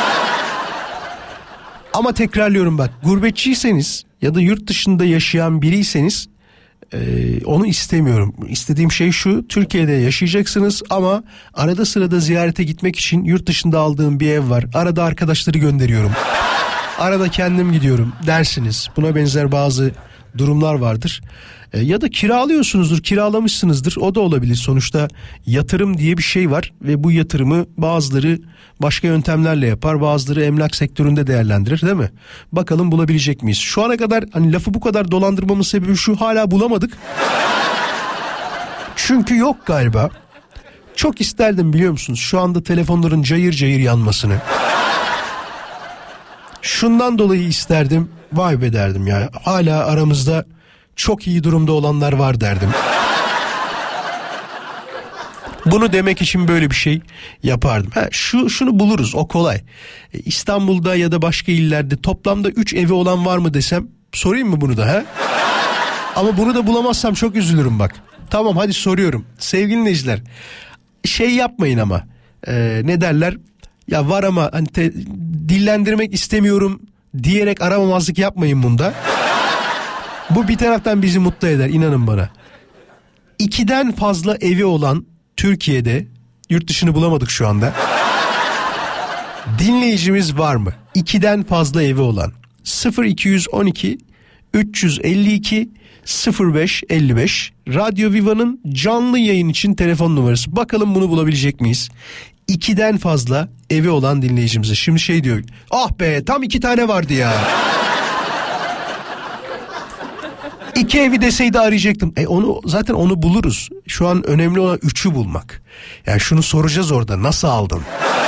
Ama tekrarlıyorum bak, gurbetçiyseniz ya da yurt dışında yaşayan biriyseniz Ee, onu istemiyorum. İstediğim şey şu: Türkiye'de yaşayacaksınız ama arada sırada ziyarete gitmek için yurt dışında aldığım bir ev var. Arada arkadaşları gönderiyorum. Arada kendim gidiyorum dersiniz. Buna benzer bazı durumlar vardır. Ee, ya da kiralıyorsunuzdur, kiralamışsınızdır. O da olabilir. Sonuçta yatırım diye bir şey var ve bu yatırımı bazıları başka yöntemlerle yapar, bazıları emlak sektöründe değerlendirir, değil mi? Bakalım bulabilecek miyiz? Şu ana kadar hani lafı bu kadar dolandırmamın sebebi şu: hala bulamadık. Çünkü yok galiba. Çok isterdim biliyor musunuz şu anda telefonların cayır cayır yanmasını. Şundan dolayı isterdim, vay be derdim ya, hala aramızda çok iyi durumda olanlar var derdim. Bunu demek için böyle bir şey yapardım. Ha, şu şunu buluruz, o kolay. E, İstanbul'da ya da başka illerde toplamda üç evi olan var mı desem, sorayım mı bunu da ha? Ama bunu da bulamazsam çok üzülürüm bak. Tamam hadi soruyorum. Sevgili dinleyiciler, şey yapmayın ama e, ne derler? Ya var ama hani te, dillendirmek istemiyorum diyerek aramamazlık yapmayın bunda. Bu bir taraftan bizi mutlu eder, inanın bana. İkiden fazla evi olan Türkiye'de, yurt dışını bulamadık şu anda, dinleyicimiz var mı? İkiden fazla evi olan. sıfır iki yüz on iki üç yüz elli iki sıfır beş elli beş Radyo Viva'nın canlı yayın için telefon numarası. Bakalım bunu bulabilecek miyiz? İkiden fazla evi olan dinleyicimize. Şimdi şey diyor. Ah be, tam iki tane vardı ya. İki evi deseydi arayacaktım. E onu zaten onu buluruz. Şu an önemli olan üçü bulmak. Yani şunu soracağız orada. Nasıl aldın?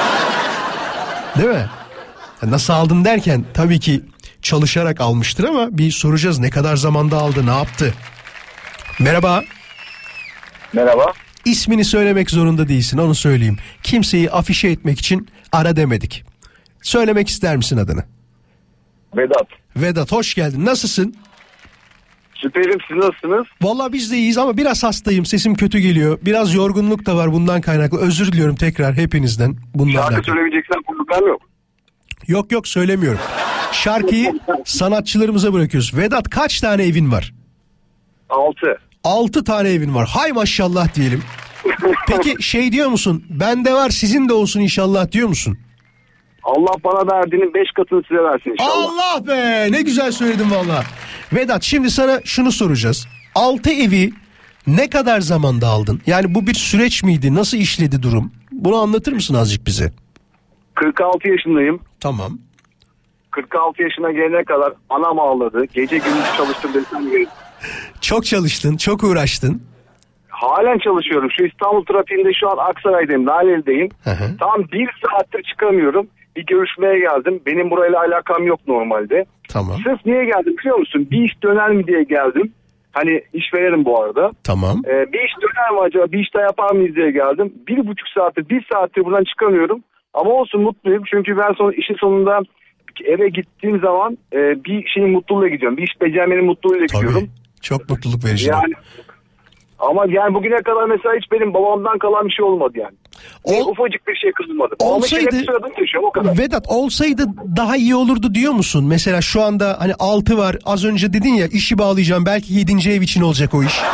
Değil mi? Nasıl aldın derken tabii ki çalışarak almıştır ama bir soracağız. Ne kadar zamanda aldı? Ne yaptı? Merhaba. Merhaba. İsmini söylemek zorunda değilsin, onu söyleyeyim. Kimseyi afişe etmek için ara demedik. Söylemek ister misin adını? Vedat. Vedat, hoş geldin. Nasılsın? Süperim, siz nasılsınız? Vallahi biz de iyiyiz ama biraz hastayım. Sesim kötü geliyor. Biraz yorgunluk da var bundan kaynaklı. Özür diliyorum tekrar hepinizden. Şarkı söylemeyeceksen problem yok. Yok yok, söylemiyorum. Şarkıyı sanatçılarımıza bırakıyoruz. Vedat, kaç tane evin var? Altı. Altı tane evin var. Hay maşallah diyelim. Peki şey diyor musun? Bende var, sizin de olsun inşallah diyor musun? Allah bana verdiğinin beş katını size versin inşallah. Allah be, ne güzel söyledin valla. Vedat, şimdi sana şunu soracağız. Altı evi ne kadar zamanda aldın? Yani bu bir süreç miydi? Nasıl işledi durum? Bunu anlatır mısın azıcık bize? kırk altı yaşındayım. Tamam. kırk altı yaşına gelene kadar anam ağladı. Gece gündüz çalıştım desem gelir. Çok çalıştın, çok uğraştın. Halen çalışıyorum. Şu İstanbul trafiğinde şu an Aksaray'dayım, Laleli'deyim. Hı hı. Tam bir saattir çıkamıyorum. Bir görüşmeye geldim. Benim burayla alakam yok normalde. Tamam. Sırf niye geldim biliyor musun? Bir iş döner mi diye geldim. Hani işverenim bu arada. Tamam. Ee, bir iş döner mi acaba? Bir iş daha yapar mıyız diye geldim. Bir buçuk saattir, bir saattir buradan çıkamıyorum. Ama olsun, mutluyum. Çünkü ben son, işin sonunda eve gittiğim zaman e, bir şeyin mutluluğuyla gidiyorum. Bir iş becermenin mutluluğuyla Tabii. gidiyorum. Çok mutluluk verici. Yani, ama yani bugüne kadar mesela hiç benim babamdan kalan bir şey olmadı yani. Ol, ufacık bir şey kırılmadı. Olsaydı, o kadar. Vedat, olsaydı daha iyi olurdu diyor musun? Mesela şu anda hani altı var, az önce dedin ya işi bağlayacağım, belki yedinci ev için olacak o iş.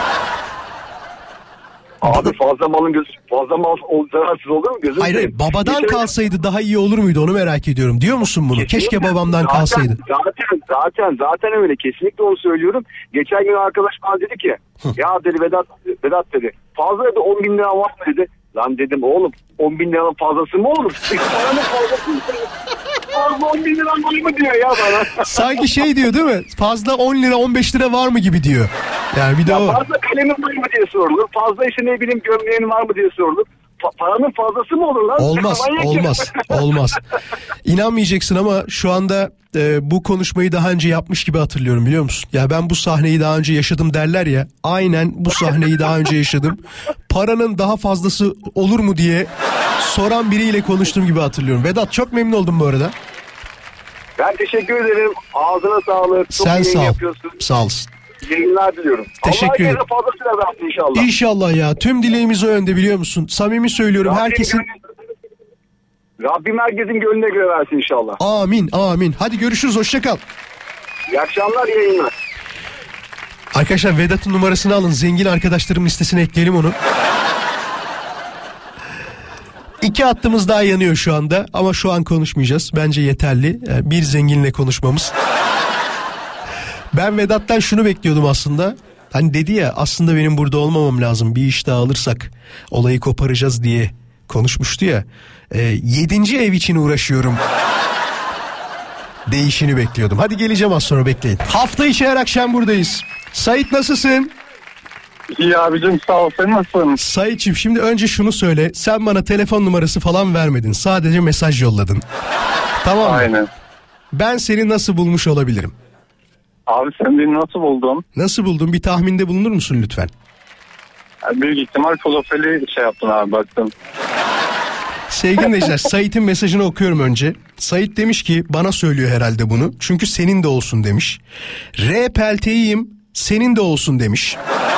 Abi fazla malın gözü, fazla mal zararsız olur mu gözüm? Hayır hayır, babadan şey, kalsaydı daha iyi olur muydu, onu merak ediyorum. Diyor musun bunu? Kesinlikle. Keşke babamdan zaten, kalsaydı. Zaten zaten zaten öyle, kesinlikle onu söylüyorum. Geçen gün arkadaş bana dedi ki ya dedi Vedat, Vedat dedi fazla dedi on bin lira var mı dedi. Lan dedim oğlum on bin liranın fazlası mı olur? Paranın fazlası mı? Fazla on bin lira var mı diyor ya bana. Sanki şey diyor değil mi? Fazla on lira on beş lira var mı gibi diyor. Yani bir de o. Fazla kalemin var mı diye sorulur. Fazla işte ne bileyim gömleğin var mı diye sorulur. Pa- paranın fazlası mı olur lan? Olmaz, olmaz, olmaz. İnanmayacaksın ama şu anda e, bu konuşmayı daha önce yapmış gibi hatırlıyorum, biliyor musun? Ya ben bu sahneyi daha önce yaşadım derler ya. Aynen bu sahneyi daha önce yaşadım. Paranın daha fazlası olur mu diye soran biriyle konuştuğum gibi hatırlıyorum. Vedat, çok memnun oldum bu arada. Ben teşekkür ederim. Ağzına sağlık. Çok Sen iyi sağ ol. yapıyorsun. Sağ olasın. Yayınlar diliyorum. Teşekkür ederim. Allah fazlasıyla versin inşallah. İnşallah ya. Tüm dileğimiz o yönde, biliyor musun? Samimi söylüyorum, Rabbim herkesin. gönlü- Rabbim herkesin gönlüne göre versin inşallah. Amin, amin. Hadi görüşürüz, hoşça kal. İyi akşamlar, iyi yayınlar. Arkadaşlar, Vedat'ın numarasını alın. Zengin arkadaşlarım listesine ekleyelim onu. İki hattımız daha yanıyor şu anda ama şu an konuşmayacağız. Bence yeterli. Yani bir zenginle konuşmamız. Ben Vedat'tan şunu bekliyordum aslında. Hani dedi ya, aslında benim burada olmamam lazım. Bir iş daha alırsak olayı koparacağız diye konuşmuştu ya. E, yedinci ev için uğraşıyorum. Değişini bekliyordum. Hadi geleceğim az sonra, bekleyin. Hafta içi her akşam buradayız. Sait, nasılsın? İyi abicim, sağ ol, sen nasılsın? Saitçim, şimdi önce şunu söyle. Sen bana telefon numarası falan vermedin. Sadece mesaj yolladın. Tamam mı? Aynen. Ben seni nasıl bulmuş olabilirim? Abi sen beni nasıl buldun? Nasıl buldun? Bir tahminde bulunur musun lütfen? Yani büyük ihtimal profili şey yaptın abi, baktın. Sevgili dinleyiciler, Sait'in mesajını okuyorum önce. Sait demiş ki, bana söylüyor herhalde bunu. Çünkü senin de olsun demiş. R pelteğiyim, senin de olsun demiş.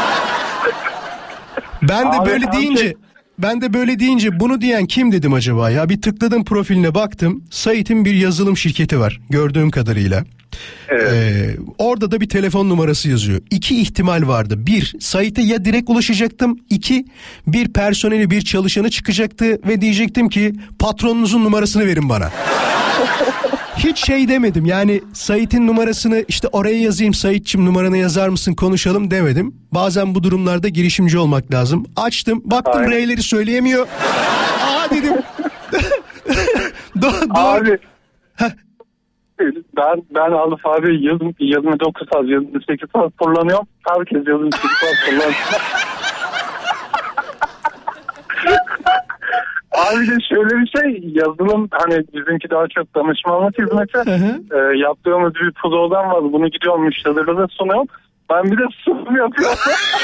Ben de Abi, böyle deyince... şey... Ben de böyle deyince bunu diyen kim dedim acaba ya? Bir tıkladım profiline, baktım. Sait'in bir yazılım şirketi var gördüğüm kadarıyla. Evet. Ee, orada da bir telefon numarası yazıyor. İki ihtimal vardı. Bir, Sait'e ya direkt ulaşacaktım. İki, bir personeli, bir çalışanı çıkacaktı ve diyecektim ki patronunuzun numarasını verin bana. Hiç şey demedim yani Sait'in numarasını işte oraya yazayım, Sait'cim numaranı yazar mısın konuşalım demedim. Bazen bu durumlarda girişimci olmak lazım. Açtım baktım Aynen. R'leri söyleyemiyor. Aa dedim. Do- doğru. Abi ben ben Alif abi yirmi dokuz saat yirmi sekiz saat kullanıyorum. Herkes yirmi sekiz saat kullanıyor. Abi de şöyle bir şey, yazılım hani bizimki daha çok danışmanlık hizmeti. e, yaptığımız bir program var, bunu gidiyorum müşterilere sunuyorum. Ben bir de sunum yapıyorum.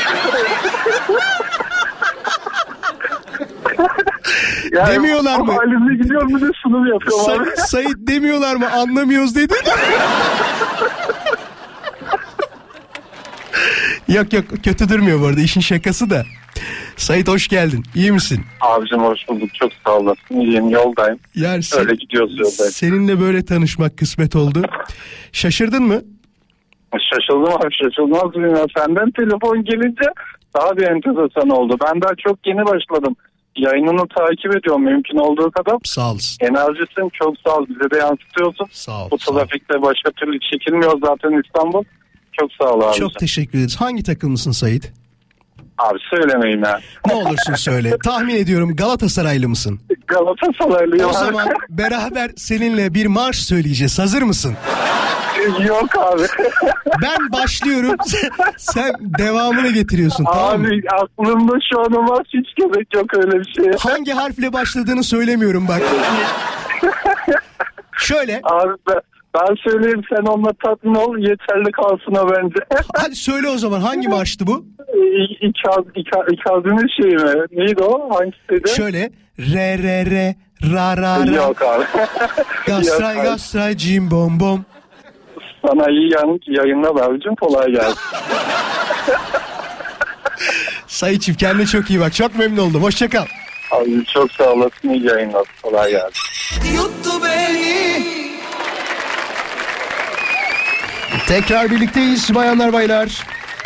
Yani, demiyorlar mı? Halimde gidiyorum bir de sunum yapıyorum Sa- abi. Sait demiyorlar mı anlamıyoruz dedi. Yok yok kötü durmuyor bu arada, işin şakası da. Sait hoş geldin, iyi misin? Abicim hoş bulduk, çok sağ olasın. İyiyim, yoldayım. Yani sen, öyle gidiyoruz yoldayım. Seninle böyle tanışmak kısmet oldu. Şaşırdın mı? Şaşırdım abi, şaşırmaz mıyım ya? Senden telefon gelince daha bir enteresan oldu. Ben daha çok yeni başladım. Yayınını takip ediyorum mümkün olduğu kadar. Sağ olasın. Enerjisin, çok sağ ol, bize de yansıtıyorsun. Sağ ol. Bu sağ ol. trafikte başka türlü çekilmiyor zaten İstanbul. Çok sağ ol abi. Çok teşekkür ederiz. Hangi takımlısın Sait? Abi söylemeyin ha. Ne olursun söyle. Tahmin ediyorum Galatasaraylı mısın? Galatasaraylıyım. O zaman beraber seninle bir marş söyleyeceğiz. Hazır mısın? Yok abi. Ben başlıyorum. Sen devamını getiriyorsun. Tamam mı? Abi aklımda şu an var, hiç gerek yok öyle bir şey. Hangi harfle başladığını söylemiyorum bak. Şöyle. Abi ben, ben söyleyeyim, sen onunla tatmin ol, yeterli kalsın o bence. Hadi söyle o zaman, hangi marştı bu? İkaz, ikaz, ikazının şeyi mi? Neydi o? Hangisiydi? Şöyle. Re re re ra ra ra. Yok abi. Gastray Yok abi. gastray cim bom bom. Sana iyi yan, yayınlar abicim, kolay gelsin. Sayıçım kendine çok iyi bak. Çok memnun oldum. Hoşça kal. Abi çok sağ olasın, iyi yayınlar, kolay gelsin. Yuttu beni. Tekrar birlikteyiz bayanlar baylar.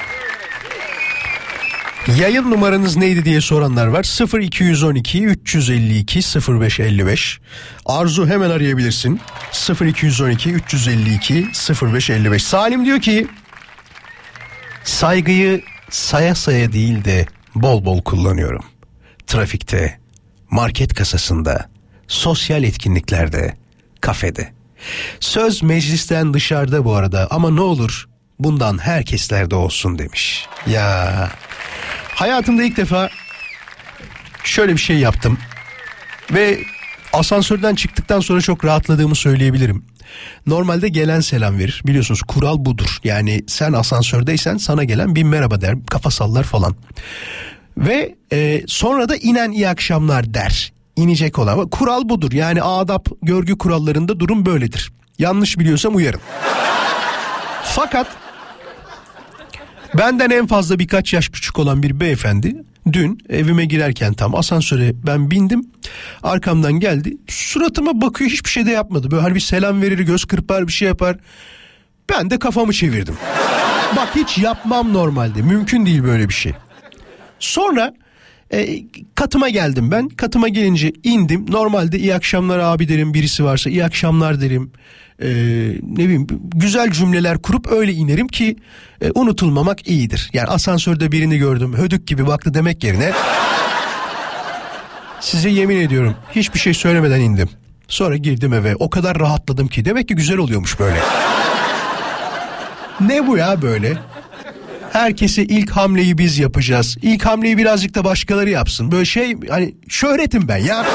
Yayın numaranız neydi diye soranlar var. sıfır iki on iki üç yüz elli iki sıfır beş elli beş. Arzu hemen arayabilirsin. sıfır iki on iki üç yüz elli iki sıfır beş elli beş. Salim diyor ki saygıyı saya saya değil de bol bol kullanıyorum. Trafikte, market kasasında, sosyal etkinliklerde, kafede. Söz meclisten dışarıda bu arada ama ne olur bundan herkeslerde olsun demiş. Ya hayatımda ilk defa şöyle bir şey yaptım ve asansörden çıktıktan sonra çok rahatladığımı söyleyebilirim. Normalde gelen selam verir, biliyorsunuz kural budur. Yani sen asansördeysen sana gelen bir merhaba der, kafa sallar falan. Ve e, sonra da inen iyi akşamlar der. İnecek olan. Kural budur. Yani adap, görgü kurallarında durum böyledir. Yanlış biliyorsam uyarın. Fakat benden en fazla birkaç yaş küçük olan bir beyefendi dün evime girerken tam asansöre ben bindim. Arkamdan geldi. Suratıma bakıyor, hiçbir şey de yapmadı. Böyle hani bir selam verir, göz kırpar, bir şey yapar. Ben de kafamı çevirdim. Bak hiç yapmam normalde. Mümkün değil böyle bir şey. Sonra e, katıma geldim ben. Katıma gelince indim. Normalde iyi akşamlar abi derim, birisi varsa iyi akşamlar derim. E, ne bileyim güzel cümleler kurup öyle inerim ki e, unutulmamak iyidir. Yani asansörde birini gördüm, hödük gibi baktı demek yerine size yemin ediyorum hiçbir şey söylemeden indim. Sonra girdim eve, o kadar rahatladım ki demek ki güzel oluyormuş böyle. Ne bu ya böyle? Herkese ilk hamleyi biz yapacağız. İlk hamleyi birazcık da başkaları yapsın. Böyle şey, hani şöhretim ben ya.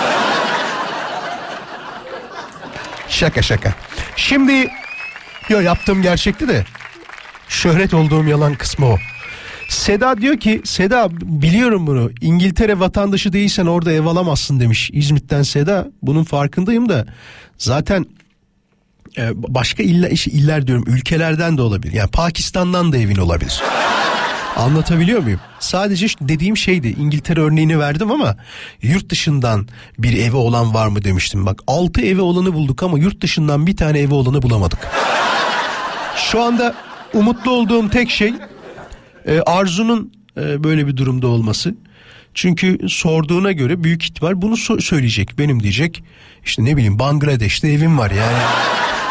Şaka şaka. Şimdi yo yaptığım gerçekti de şöhret olduğum yalan kısmı o. Seda diyor ki, Seda biliyorum bunu, İngiltere vatandaşı değilsen orada ev alamazsın demiş İzmit'ten Seda. Bunun farkındayım da zaten başka iller, işte iller diyorum, ülkelerden de olabilir. Yani Pakistan'dan da evin olabilir. Anlatabiliyor muyum? Sadece dediğim şeydi, İngiltere örneğini verdim ama yurt dışından bir evi olan var mı demiştim. Bak altı evi olanı bulduk ama yurt dışından bir tane evi olanı bulamadık. Şu anda umutlu olduğum tek şey e, Arzu'nun e, böyle bir durumda olması. Çünkü sorduğuna göre büyük ihtimal bunu so- söyleyecek. Benim diyecek işte ne bileyim Bangladeş'te evim var yani.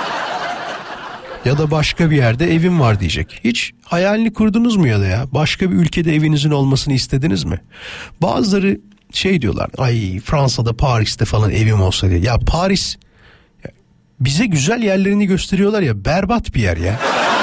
Ya da başka bir yerde evim var diyecek. Hiç hayalini kurdunuz mu ya da ya? Başka bir ülkede evinizin olmasını istediniz mi? Bazıları şey diyorlar. Ay Fransa'da, Paris'te falan evim olsa diye. Ya Paris bize güzel yerlerini gösteriyorlar ya, berbat bir yer ya.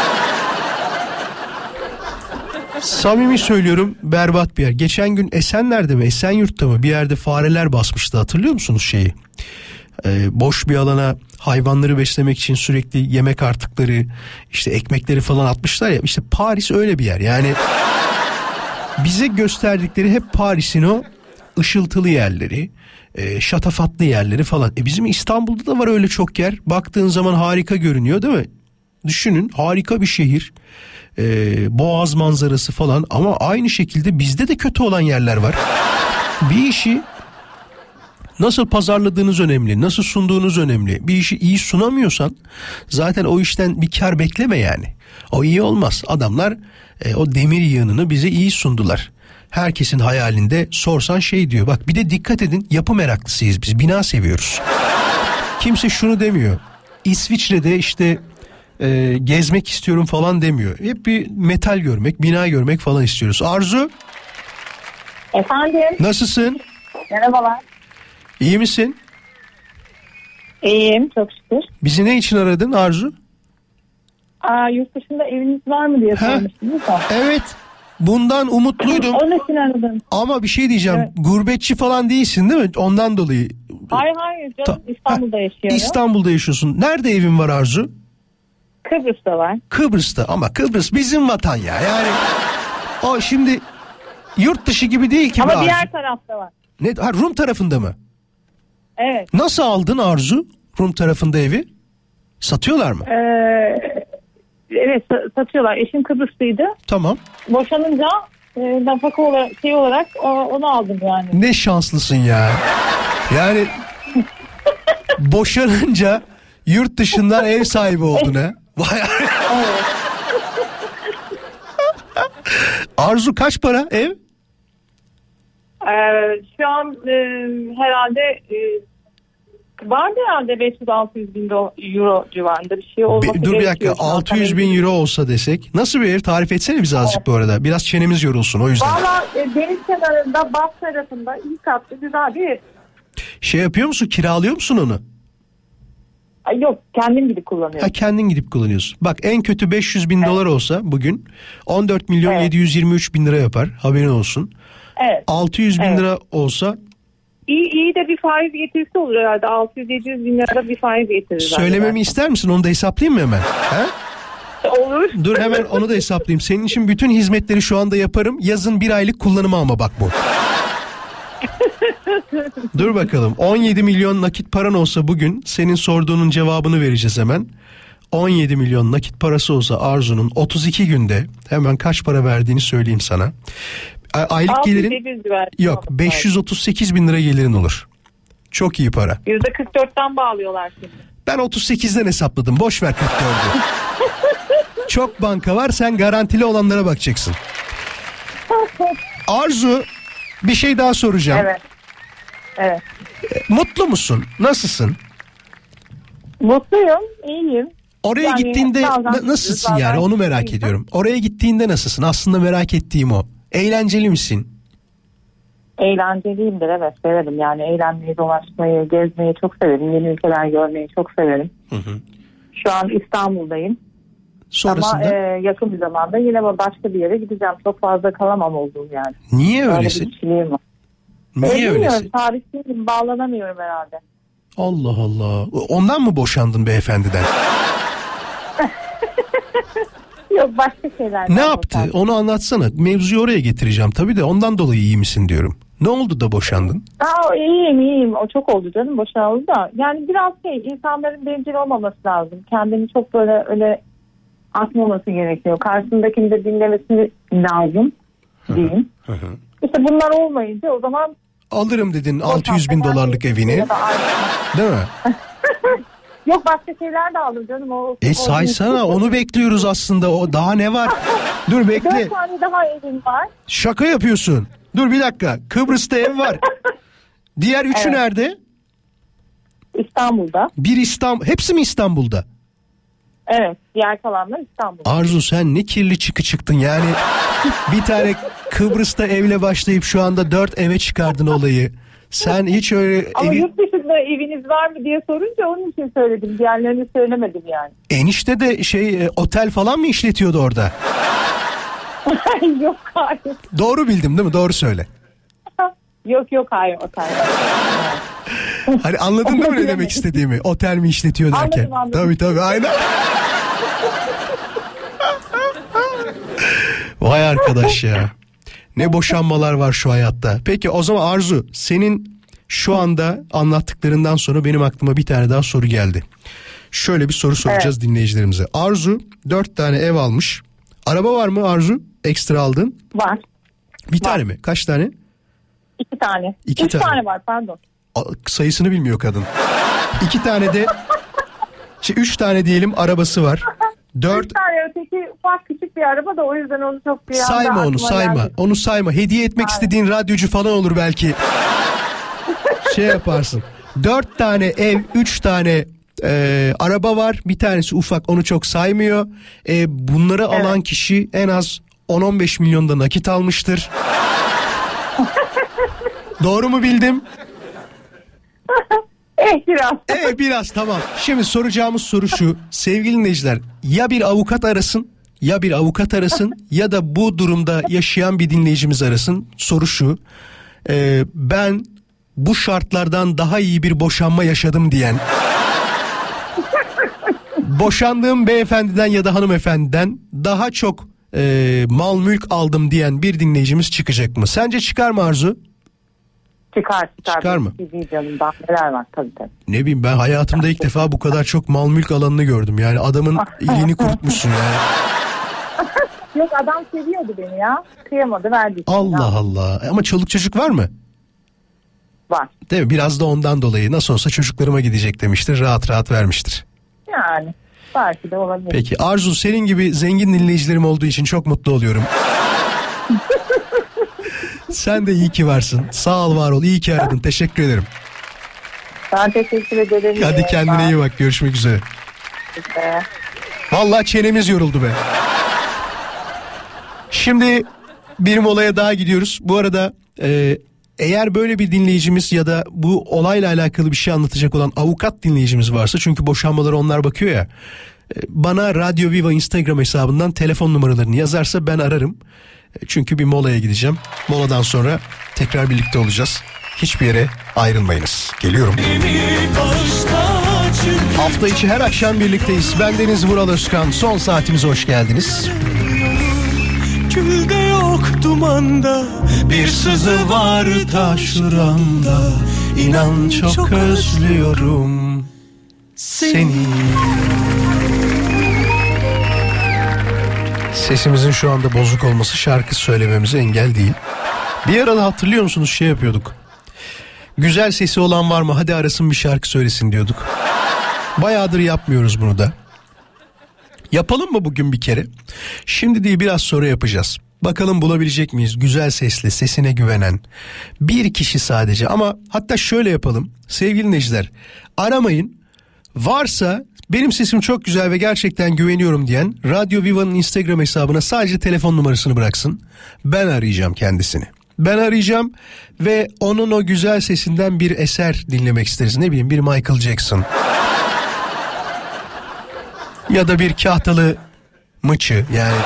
Samimi söylüyorum, berbat bir yer. Geçen gün Esenler'de mi, Esenyurt'ta mı bir yerde fareler basmıştı, hatırlıyor musunuz şeyi? Ee, boş bir alana hayvanları beslemek için sürekli yemek artıkları, işte ekmekleri falan atmışlar ya. İşte Paris öyle bir yer yani. Bize gösterdikleri hep Paris'in o ışıltılı yerleri, e, şatafatlı yerleri falan. E bizim İstanbul'da da var öyle çok yer. Baktığın zaman harika görünüyor değil mi? Düşünün, harika bir şehir. Ee, Boğaz manzarası falan, ama aynı şekilde bizde de kötü olan yerler var. Bir işi nasıl pazarladığınız önemli, nasıl sunduğunuz önemli. Bir işi iyi sunamıyorsan zaten o işten bir kar bekleme yani. O iyi olmaz. Adamlar e, o demir yığınını bize iyi sundular. Herkesin hayalinde sorsan şey diyor. Bak bir de dikkat edin, yapı meraklısıyız biz, bina seviyoruz. Kimse şunu demiyor. İsviçre'de işte e, gezmek istiyorum falan demiyor. Hep bir metal görmek, bina görmek falan istiyoruz. Arzu. Efendim. Nasılsın? Merhabalar. İyi misin? İyiyim çok şükür. Bizi ne için aradın Arzu? Aa, yurt dışında eviniz var mı diye sormuştunuz da. Evet. Bundan umutluydum. Onun için aradım. Ama bir şey diyeceğim. Evet. Gurbetçi falan değilsin değil mi? Ondan dolayı. Hayır hayır canım. Ta- İstanbul'da yaşıyorum. İstanbul'da yaşıyorsun. Nerede evin var Arzu? Kıbrıs'ta var. Kıbrıs'ta, ama Kıbrıs bizim vatan ya. Yani o şimdi yurt dışı gibi değil ki. Ama diğer tarafta var. Ne? Ha, Rum tarafında mı? Evet. Nasıl aldın Arzu Rum tarafında evi? Satıyorlar mı? Ee, evet satıyorlar. Eşim Kıbrıslıydı. Tamam. Boşanınca e, nafaka olarak, şey olarak o, onu aldım yani. Ne şanslısın ya. Yani boşanınca yurt dışından ev sahibi oldun ha. Vay. Evet. Arzu kaç para ev? Ee, şu an e, herhalde e, vardı herhalde beş yüz altı yüz bin euro civarında bir şey olması Be, dur bir dakika, altı yüz bin euro olsa desek. Nasıl bir ev, tarif etsene bize azıcık evet. Bu arada. Biraz çenemiz yorulsun o yüzden. Valla e, deniz kenarında, bas tarafında iyi katlı güzel bir ev. Şey yapıyor musun, kiralıyor musun onu? Ay yok, kendim gidip kullanıyorum. Ha, kendin gidip kullanıyorsun. Bak en kötü beş yüz bin evet. dolar olsa bugün on dört milyon evet. yedi yüz yirmi üç bin lira yapar, haberin olsun. Evet. altı yüz bin evet. lira olsa İyi, iyi de bir faiz getirisi olur herhalde. altı yüz yedi yüz bin lira bir faiz getirir. Söylememi zaten. İster misin? Onu da hesaplayayım mı hemen? He? Olur. Dur hemen onu da hesaplayayım. Senin için bütün hizmetleri şu anda yaparım. Yazın bir aylık kullanımı ama bak bu. Dur bakalım. on yedi milyon nakit paran olsa bugün, senin sorduğunun cevabını vereceğiz hemen. on yedi milyon nakit parası olsa Arzu'nun otuz iki günde hemen kaç para verdiğini söyleyeyim sana. Aylık gelirin yok, beş yüz otuz sekiz bin lira gelirin olur. Çok iyi para. yüzde kırk dörtten bağlıyorlar şimdi. Ben otuz sekizden hesapladım. Boş ver kırk dördü. Çok banka var, sen garantili olanlara bakacaksın. Arzu, bir şey daha soracağım. Evet. Evet. Mutlu musun? Nasılsın? Mutluyum, iyiyim. Oraya yani gittiğinde na- nasılsın yani, onu merak ediyorum. Oraya gittiğinde nasılsın? Aslında merak ettiğim o. Eğlenceli misin? Eğlenceliyimdir, evet, severim. Yani eğlenmeyi, dolaşmayı, gezmeyi çok severim. Yeni ülkeler görmeyi çok severim. Hı hı. Şu an İstanbul'dayım. Sonrasında? Ama e, yakın bir zamanda yine başka bir yere gideceğim. Çok fazla kalamam olduğum yani. Niye öyle öylesin? Bir kişiliğim var. Niye e, öylesin? Tarihliyim, bağlanamıyorum herhalde. Allah Allah. Ondan mı boşandın beyefendiden? Yok, başka şeyler. Ne yaptı? Boşandım. Onu anlatsana. Mevzuyu oraya getireceğim tabii de, ondan dolayı iyi misin diyorum. Ne oldu da boşandın? Aa, iyiyim iyiyim. O çok oldu canım, boşanıldı da. Yani biraz şey, insanların bencil olmaması lazım. Kendini çok böyle öyle atmaması gerekiyor. Karşısındakini de dinlemesi lazım diyeyim. Hı hı. İşte bunlar olmayınca o zaman alırım dedin altı yüz bin dolarlık evini. Değil mi? Yok, başka şeyler de aldım canım. O, e saysana, onu bekliyoruz aslında. O daha ne var? Dur bekle. Dört tane daha evim var. Şaka yapıyorsun. Dur bir dakika. Kıbrıs'ta ev var. Diğer üçü evet. Nerede? İstanbul'da. Bir İstanbul. Hepsi mi İstanbul'da? Evet. Diğer kalanlar İstanbul'da. Arzu sen ne kirli çıkı çıktın yani. Bir tane Kıbrıs'ta evle başlayıp şu anda dört eve çıkardın olayı. Sen hiç öyle... Ama evi... yurt dışında eviniz var mı diye sorunca onun için söyledim. Diğerlerini söylemedim yani. Enişte de şey e, otel falan mı işletiyordu orada? Yok hayır. Doğru bildim değil mi? Doğru söyle. Yok yok hayır otel. Hani anladın değil mi ne demek istediğimi? Otel mi işletiyor derken. Anladım, anladım. Tabii tabii aynen. Vay arkadaş ya. Ne boşanmalar var şu hayatta. Peki o zaman Arzu, senin şu anda anlattıklarından sonra benim aklıma bir tane daha soru geldi. Şöyle bir soru soracağız evet. dinleyicilerimize. Arzu dört tane ev almış. Araba var mı Arzu? Ekstra aldın. Var. Bir var. tane mi? Kaç tane? İki tane. İki Üç tane. tane var pardon. Sayısını bilmiyor kadın. İki tane de şey, üç tane diyelim arabası var. Dört. Üç tane öteki ufak küçük bir araba da o yüzden onu çok bir anda sayma onu sayma. Geldi. Onu sayma. Hediye etmek Aynen. istediğin radyocu falan olur belki. Şey yaparsın. Dört tane ev, üç tane e, araba var. Bir tanesi ufak, onu çok saymıyor. E, bunları evet. alan kişi en az on on beş milyonda nakit almıştır. Doğru mu bildim? Eh biraz. Evet biraz tamam. Şimdi soracağımız soru şu. Sevgili dinleyiciler, ya bir avukat arasın, ya bir avukat arasın ya da bu durumda yaşayan bir dinleyicimiz arasın. Soru şu. E, ben bu şartlardan daha iyi bir boşanma yaşadım diyen, boşandığım beyefendiden ya da hanımefendiden daha çok e, mal mülk aldım diyen bir dinleyicimiz çıkacak mı? Sence çıkar mı Arzu? Çıkar çıkar. Çıkar mı? Canım, daha neler var tabii tabii. Ne bileyim ben hayatımda ilk defa bu kadar çok mal mülk alanını gördüm. Yani adamın iyiliğini kurutmuşsun yani. Yok adam seviyordu beni ya. Kıyamadı verdi. Allah ya. Allah. Ama çoluk çocuk var mı? Var. Değil mi? Biraz da ondan dolayı nasıl olsa çocuklarıma gidecek demiştir. Rahat rahat vermiştir. Yani belki de olabilir. Peki Arzu, senin gibi zengin dinleyicilerim olduğu için çok mutlu oluyorum. Sen de iyi ki varsın. Sağ ol, var ol. İyi ki aradın. Teşekkür ederim. Ben teşekkür ederim. Hadi kendine ben... iyi bak. Görüşmek üzere. İşte. Vallahi çenemiz yoruldu be. Şimdi bir molaya daha gidiyoruz. Bu arada e, eğer böyle bir dinleyicimiz ya da bu olayla alakalı bir şey anlatacak olan avukat dinleyicimiz varsa, çünkü boşanmalara onlar bakıyor ya, e, bana Radyo Viva Instagram hesabından telefon numaralarını yazarsa ben ararım. Çünkü bir molaya gideceğim. Moladan sonra tekrar birlikte olacağız. Hiçbir yere ayrılmayınız. Geliyorum. Hafta içi her akşam birlikteyiz. Ben Deniz Vural Özkan. Son saatimize hoş geldiniz. Külde yok dumanda, bir sızı var taşuramda. İnan çok, çok özlüyorum seni. Sesimizin şu anda bozuk olması şarkı söylememize engel değil. Bir arada hatırlıyor musunuz şey yapıyorduk. Güzel sesi olan var mı? Hadi arasın bir şarkı söylesin diyorduk. Bayağıdır yapmıyoruz bunu da. Yapalım mı bugün bir kere? Şimdi değil, biraz sonra yapacağız. Bakalım bulabilecek miyiz güzel sesli, sesine güvenen bir kişi sadece. Ama hatta şöyle yapalım sevgili dinleyiciler, aramayın. Varsa benim sesim çok güzel ve gerçekten güveniyorum diyen Radyo Viva'nın Instagram hesabına sadece telefon numarasını bıraksın. Ben arayacağım kendisini. Ben arayacağım ve onun o güzel sesinden bir eser dinlemek isteriz. Ne bileyim, bir Michael Jackson. Ya da bir kahtalı mıçı yani.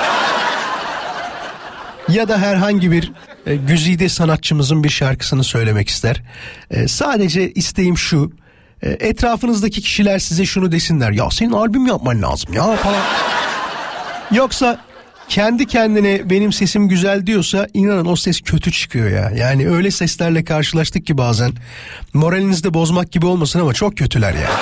Ya da herhangi bir e, güzide sanatçımızın bir şarkısını söylemek ister. E, sadece isteğim şu. E, etrafınızdaki kişiler size şunu desinler. Ya senin albüm yapman lazım ya falan. Yoksa kendi kendine benim sesim güzel diyorsa inanın o ses kötü çıkıyor ya. Yani öyle seslerle karşılaştık ki bazen. Moralinizi de bozmak gibi olmasın ama çok kötüler ya.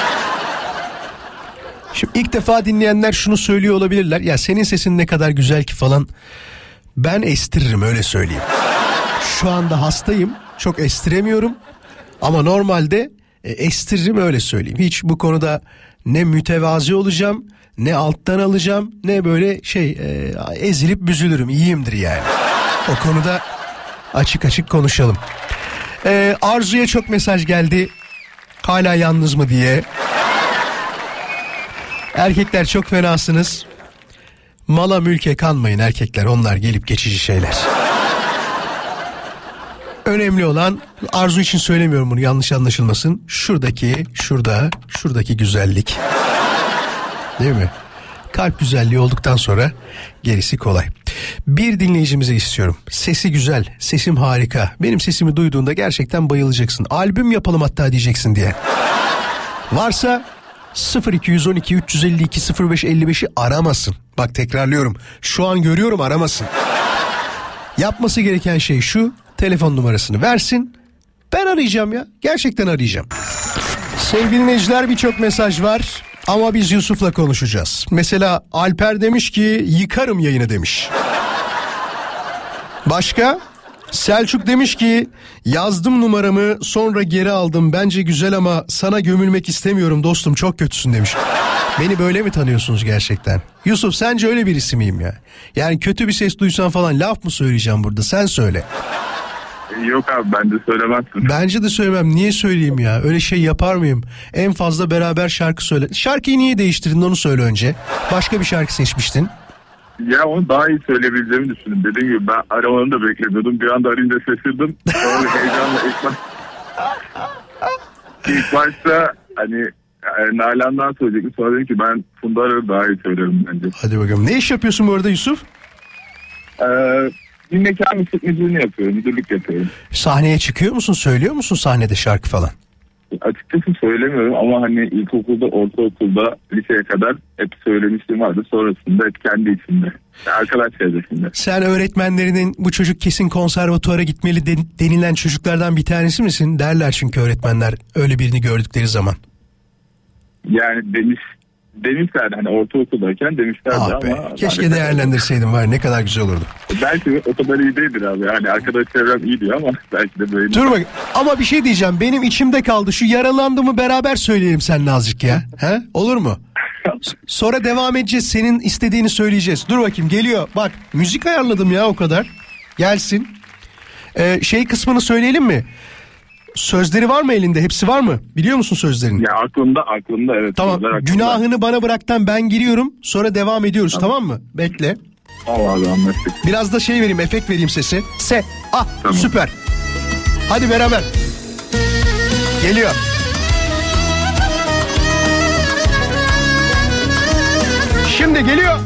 Şimdi ilk defa dinleyenler şunu söylüyor olabilirler. Ya senin sesin ne kadar güzel ki falan. Ben estiririm, öyle söyleyeyim. Şu anda hastayım. Çok estiremiyorum. Ama normalde e, estiririm, öyle söyleyeyim. Hiç bu konuda ne mütevazi olacağım, ne alttan alacağım, ne böyle şey e, ezilip büzülürüm. İyiyimdir yani. O konuda açık açık konuşalım. E, Arzu'ya çok mesaj geldi. Hala yalnız mı diye. Erkekler çok fenasınız. Mala mülke kanmayın erkekler. Onlar gelip geçici şeyler. Önemli olan, Arzu için söylemiyorum bunu, yanlış anlaşılmasın. Şuradaki, şurada, şuradaki güzellik. Değil mi? Kalp güzelliği olduktan sonra gerisi kolay. Bir dinleyicimize istiyorum. Sesi güzel, sesim harika. Benim sesimi duyduğunda gerçekten bayılacaksın. Albüm yapalım hatta diyeceksin diye. Varsa sıfır iki on iki üç elli iki sıfır beş elli beşi aramasın. Bak tekrarlıyorum. Şu an görüyorum, aramasın. Yapması gereken şey şu: telefon numarasını versin. Ben arayacağım ya. Gerçekten arayacağım. Sevgili dinleyiciler, birçok mesaj var. Ama biz Yusuf'la konuşacağız. Mesela Alper demiş ki yıkarım yayını demiş. Başka? Selçuk demiş ki yazdım numaramı sonra geri aldım. Bence güzel ama sana gömülmek istemiyorum dostum, çok kötüsün demiş. Beni böyle mi tanıyorsunuz gerçekten? Yusuf, sence öyle birisi miyim ya? Yani kötü bir ses duysan falan laf mı söyleyeceğim burada? Sen söyle. Yok abi, bence söylemezsin. Bence de söylemem. Niye söyleyeyim ya? Öyle şey yapar mıyım? En fazla beraber şarkı söyle. Şarkıyı niye değiştirdin, onu söyle önce. Başka bir şarkı seçmiştin. Ya onu daha iyi söyleyebileceğimi düşündüm. Dediğim gibi ben aramanı da beklemiyordum. Bir anda arayınca şaşırdım. Sonra heyecanla ilk, baş... ilk başta hani yani Nalan'dan söyleyecektim. Sonra dedim ki ben Funda Arar'ı daha iyi söylerim bence. Hadi bakalım. Ne iş yapıyorsun bu arada Yusuf? Eee... Bir mekan müdürlüğünü yapıyorum, müdürlük yapıyorum. Sahneye çıkıyor musun, söylüyor musun sahnede şarkı falan? Açıkçası söylemiyorum ama hani ilkokulda, ortaokulda, liseye kadar hep söylemiştim vardı. Sonrasında hep kendi içimde, arkadaş çevresinde. Sen öğretmenlerinin bu çocuk kesin konservatuvara gitmeli denilen çocuklardan bir tanesi misin? Derler çünkü öğretmenler öyle birini gördükleri zaman. Yani demiş, demişlerdi hani ortaokuldayken demişlerdi ah ama. Be, keşke değerlendirseydim, var ne kadar güzel olurdu. Belki o kadar iyi değildir abi. Yani arkadaş çevrem iyiydi ama belki de böyle. Dur bak, ama bir şey diyeceğim, benim içimde kaldı, şu yaralandığımı beraber söyleyelim seninle azıcık ya. He? Olur mu? Sonra devam edeceğiz, senin istediğini söyleyeceğiz. Dur bakayım, geliyor. Bak müzik ayarladım ya, o kadar. Gelsin. Ee, şey kısmını söyleyelim mi? Sözleri var mı elinde? Hepsi var mı? Biliyor musun sözlerini? Ya aklımda, aklımda evet. Tamam. Aklımda. Günahını bana bıraktan ben giriyorum. Sonra devam ediyoruz, tamam, tamam mı? Bekle. Tamam abi, anlaştık. Biraz da şey vereyim, efekt vereyim sesi. Se. Ah tamam. Süper. Hadi beraber. Geliyor. Şimdi geliyor.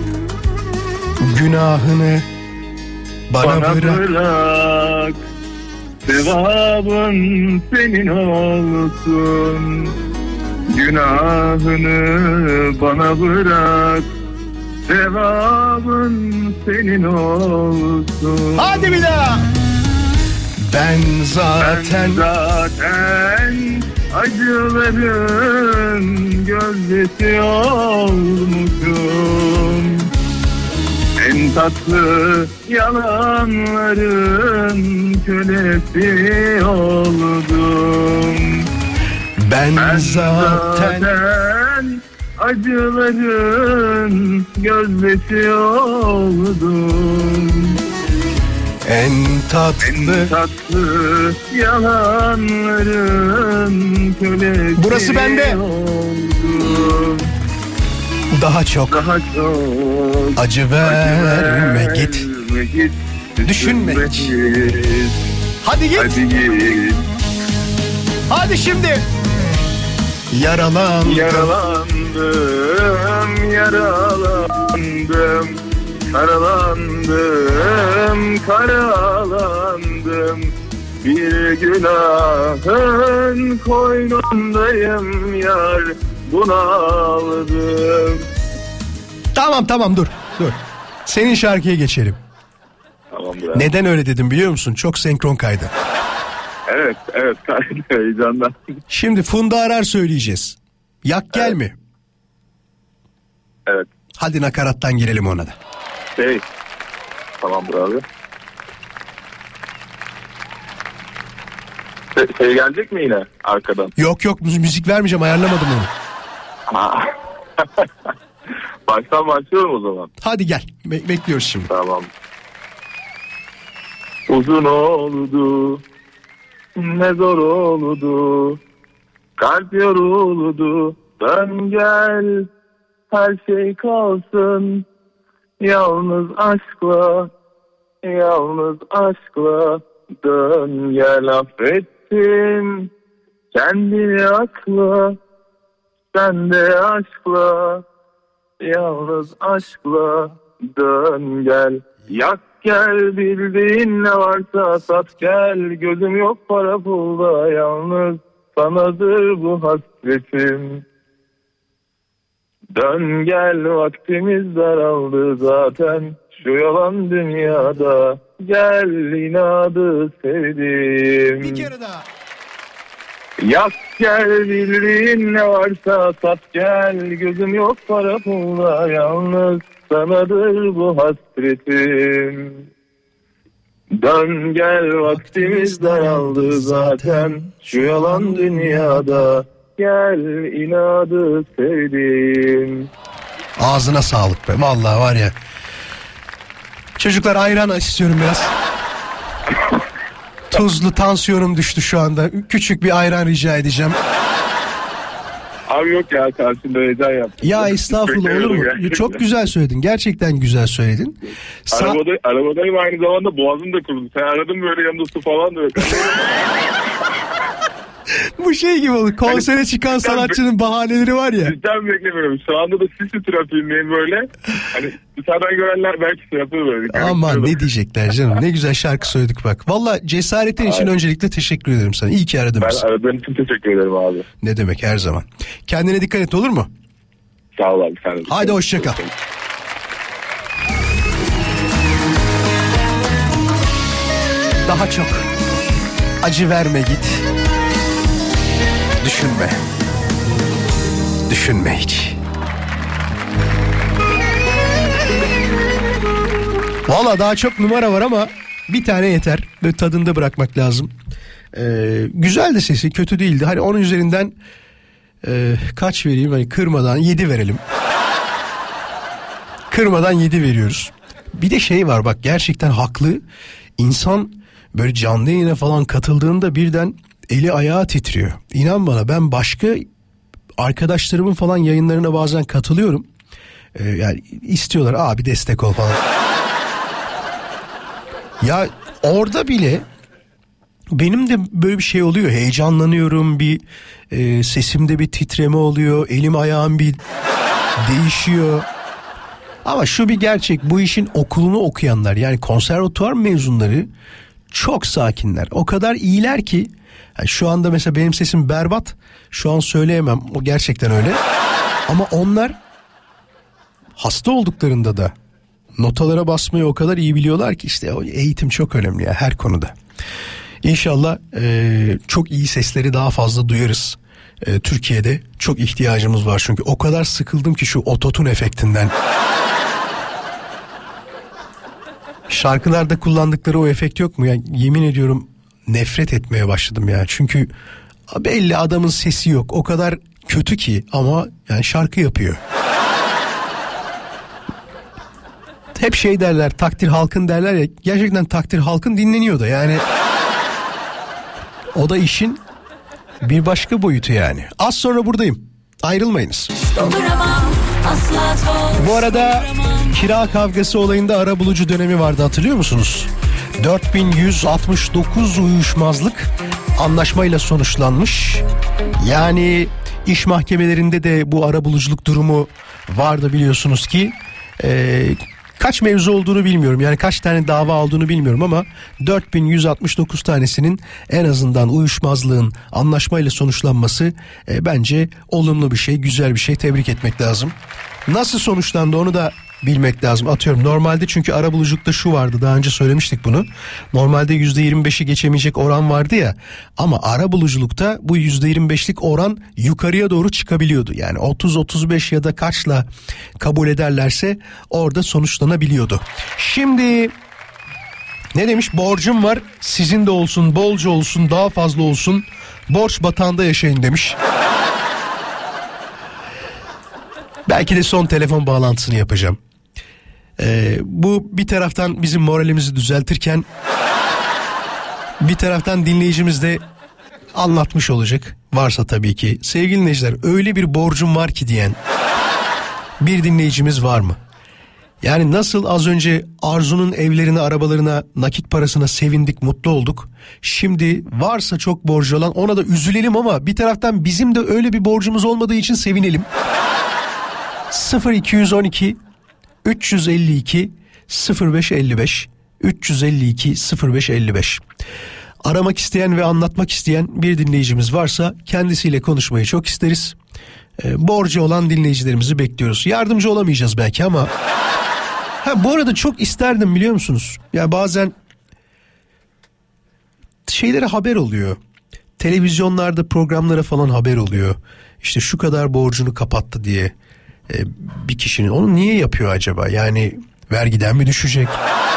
Günahını bana, bana bırak. bırak. Sevabın senin olsun. Günahını bana bırak. Sevabın senin olsun. Hadi bir daha. Ben zaten Ben zaten acıların gözdesi olmuşum. En tatlı yalanların kölesi oldum. Ben, ben zaten... zaten acıların gözdesi oldum. En tatlı... En tatlı yalanların kölesi Burası bende. oldum. Daha çok, Daha çok acı verme, acı git. verme, git. Düşünme hiç. Hadi git. Hadi git. Hadi şimdi. Yaralandım. Yaralandım, yaralandım. Karalandım, karalandım. Bir günahın koynundayım yar. Bunaldım. Tamam tamam dur dur. Senin şarkıya geçelim. Tamamdır abi. Neden öyle dedim biliyor musun? Çok senkron kaydı. Evet evet kaydı heyecandan. Şimdi Funda Arar söyleyeceğiz. Yak gel Evet. mi? Evet. Hadi nakarattan girelim ona da. Şey. Tamamdır abi. Şey, şey gelecek mi yine arkadan? Yok yok müzik vermeyeceğim, ayarlamadım onu. Baştan başlıyorum o zaman. Hadi gel Be- bekliyoruz şimdi. Tamam. Uzun oldu, ne zor oldu, kalp yoruldu, dön gel, her şey kalsın. Yalnız aşkla, yalnız aşkla dön gel affettin. Kendini akla, sen de aşkla, yalnız aşkla dön gel. Yak gel, bildiğin ne varsa sat gel. Gözüm yok para pulda, yalnız sanadır bu hasretim. Dön gel, vaktimiz daraldı zaten şu yalan dünyada. Gel, inadı sevdim. Bir kere daha. Yak gel, bildiğin ne varsa sat gel. Gözüm yok para pulda, yalnız sanadır bu hasretim. Dön gel, vaktimiz daraldı zaten şu yalan dünyada. Gel, inadı sevdim. Ağzına sağlık be. Vallahi var ya. Çocuklar ayran istiyorum biraz. Tuzlu, tansiyonum düştü şu anda. Küçük bir ayran rica edeceğim. Abi yok ya, karşımda heyecan yaptım. Ya estağfurullah, olur mu? Gerçekten. Çok güzel söyledin. Gerçekten güzel söyledin. Sa- Arabada, arabadayım aynı zamanda, boğazım da kurudu. Sen aradın böyle, yanında su falan da yok. Bu şey gibi olur. Konsere çıkan sanatçının bahaneleri var ya. Cidden beklemiyorum. Şu anda da sisli trafiğindeyim böyle. Hani dışarıdan görenler belki şey yapıyor böyle. Aman ne diyecekler canım. Ne güzel şarkı söyledik bak. Valla cesaretin için öncelikle teşekkür ederim sana. İyi ki aradın ben bizi. Ben aradığın için teşekkür ederim abi. Ne demek, her zaman. Kendine dikkat et, olur mu? Sağ ol abi. Sen de. Haydi hoşça kal. Daha çok acı verme git. Düşünme. Düşünme hiç. Valla daha çok numara var ama bir tane yeter. Böyle tadında bırakmak lazım. Ee, güzel de sesi, kötü değildi. Hani onun üzerinden e, kaç vereyim? Hani kırmadan yedi verelim. Kırmadan yedi veriyoruz. Bir de şey var bak, gerçekten haklı. İnsan böyle canlı yayına falan katıldığında birden eli ayağı titriyor. İnan bana, ben başka arkadaşlarımın falan yayınlarına bazen katılıyorum. Ee, yani istiyorlar, abi destek ol falan. Ya orada bile benim de böyle bir şey oluyor. Heyecanlanıyorum, bir e, sesimde bir titreme oluyor. Elim ayağım bir değişiyor. Ama şu bir gerçek, bu işin okulunu okuyanlar, yani konservatuvar mezunları çok sakinler. O kadar iyiler ki yani şu anda mesela benim sesim berbat. Şu an söyleyemem, o gerçekten öyle. Ama onlar hasta olduklarında da notalara basmayı o kadar iyi biliyorlar ki, işte o eğitim çok önemli ya her konuda. İnşallah e, çok iyi sesleri daha fazla duyarız. E, Türkiye'de çok ihtiyacımız var çünkü o kadar sıkıldım ki şu ototune efektinden. Şarkılarda kullandıkları o efekt yok mu? Yani yemin ediyorum nefret etmeye başladım ya. Çünkü belli adamın sesi yok. O kadar kötü ki ama yani şarkı yapıyor. Hep şey derler, takdir halkın derler ya. Gerçekten takdir halkın dinleniyor da yani. O da işin bir başka boyutu yani. Az sonra buradayım. Ayrılmayınız. Bu arada kira kavgası olayında arabulucu dönemi vardı, hatırlıyor musunuz? dört bin yüz altmış dokuz uyuşmazlık anlaşmayla sonuçlanmış. Yani iş mahkemelerinde de bu arabuluculuk durumu vardı biliyorsunuz ki. Ee, kaç mevzu olduğunu bilmiyorum, yani kaç tane dava olduğunu bilmiyorum ama dört bin yüz altmış dokuz tanesinin en azından uyuşmazlığın anlaşmayla sonuçlanması e, bence olumlu bir şey, güzel bir şey, tebrik etmek lazım. Nasıl sonuçlandı onu da bilmek lazım. Atıyorum normalde, çünkü arabuluculukta şu vardı, daha önce söylemiştik bunu. Normalde yüzde yirmi beşi geçemeyecek oran vardı ya, ama arabuluculukta bu yüzde yirmi beşlik oran yukarıya doğru çıkabiliyordu. Yani otuz otuz beş ya da kaçla kabul ederlerse orada sonuçlanabiliyordu. Şimdi ne demiş? Borcum var, sizin de olsun, bolca olsun, daha fazla olsun, borç batağında yaşayın demiş. Belki de son telefon bağlantısını yapacağım. Ee, bu bir taraftan bizim moralimizi düzeltirken bir taraftan dinleyicimiz de anlatmış olacak. Varsa tabii ki. Sevgili dinleyiciler, öyle bir borcum var ki diyen, bir dinleyicimiz var mı? Yani nasıl az önce Arzu'nun evlerine, arabalarına, nakit parasına sevindik, mutlu olduk. Şimdi varsa çok borcu olan ona da üzülelim ama bir taraftan bizim de öyle bir borcumuz olmadığı için sevinelim. sıfır iki on iki üç yüz elli iki sıfır beş elli beş üç yüz elli iki sıfır beş elli beş. Aramak isteyen ve anlatmak isteyen bir dinleyicimiz varsa kendisiyle konuşmayı çok isteriz. E, borcu olan dinleyicilerimizi bekliyoruz. Yardımcı olamayacağız belki ama... Ha, bu arada çok isterdim, biliyor musunuz? Ya bazen şeylere haber oluyor. Televizyonlarda, programlara falan haber oluyor. İşte şu kadar borcunu kapattı diye e, bir kişinin. Onu niye yapıyor acaba? Yani vergiden mi düşecek?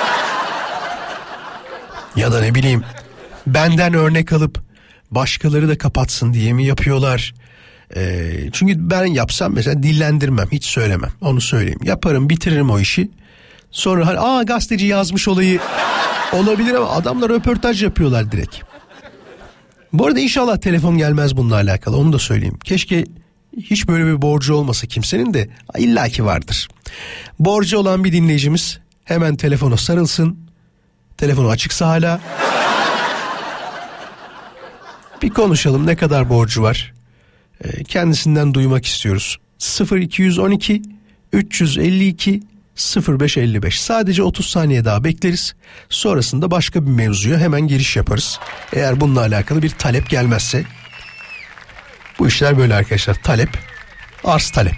Ya da ne bileyim, benden örnek alıp başkaları da kapatsın diye mi yapıyorlar? E, çünkü ben yapsam mesela dillendirmem, hiç söylemem. Onu söyleyeyim. Yaparım, bitiririm o işi. Sonra hani aa gazeteci yazmış olayı olabilir ama adamlar röportaj yapıyorlar direkt. Bu arada inşallah telefon gelmez bununla alakalı, onu da söyleyeyim. Keşke hiç böyle bir borcu olmasa kimsenin, de illaki vardır. Borcu olan bir dinleyicimiz hemen telefona sarılsın. Telefonu açıksa hala. Bir konuşalım, ne kadar borcu var? Kendisinden duymak istiyoruz. sıfır iki on iki üç yüz elli iki sıfır beş elli beş. Sadece otuz saniye daha bekleriz. Sonrasında başka bir mevzuya hemen giriş yaparız. Eğer bununla alakalı bir talep gelmezse. Bu işler böyle arkadaşlar. Talep, arz talep.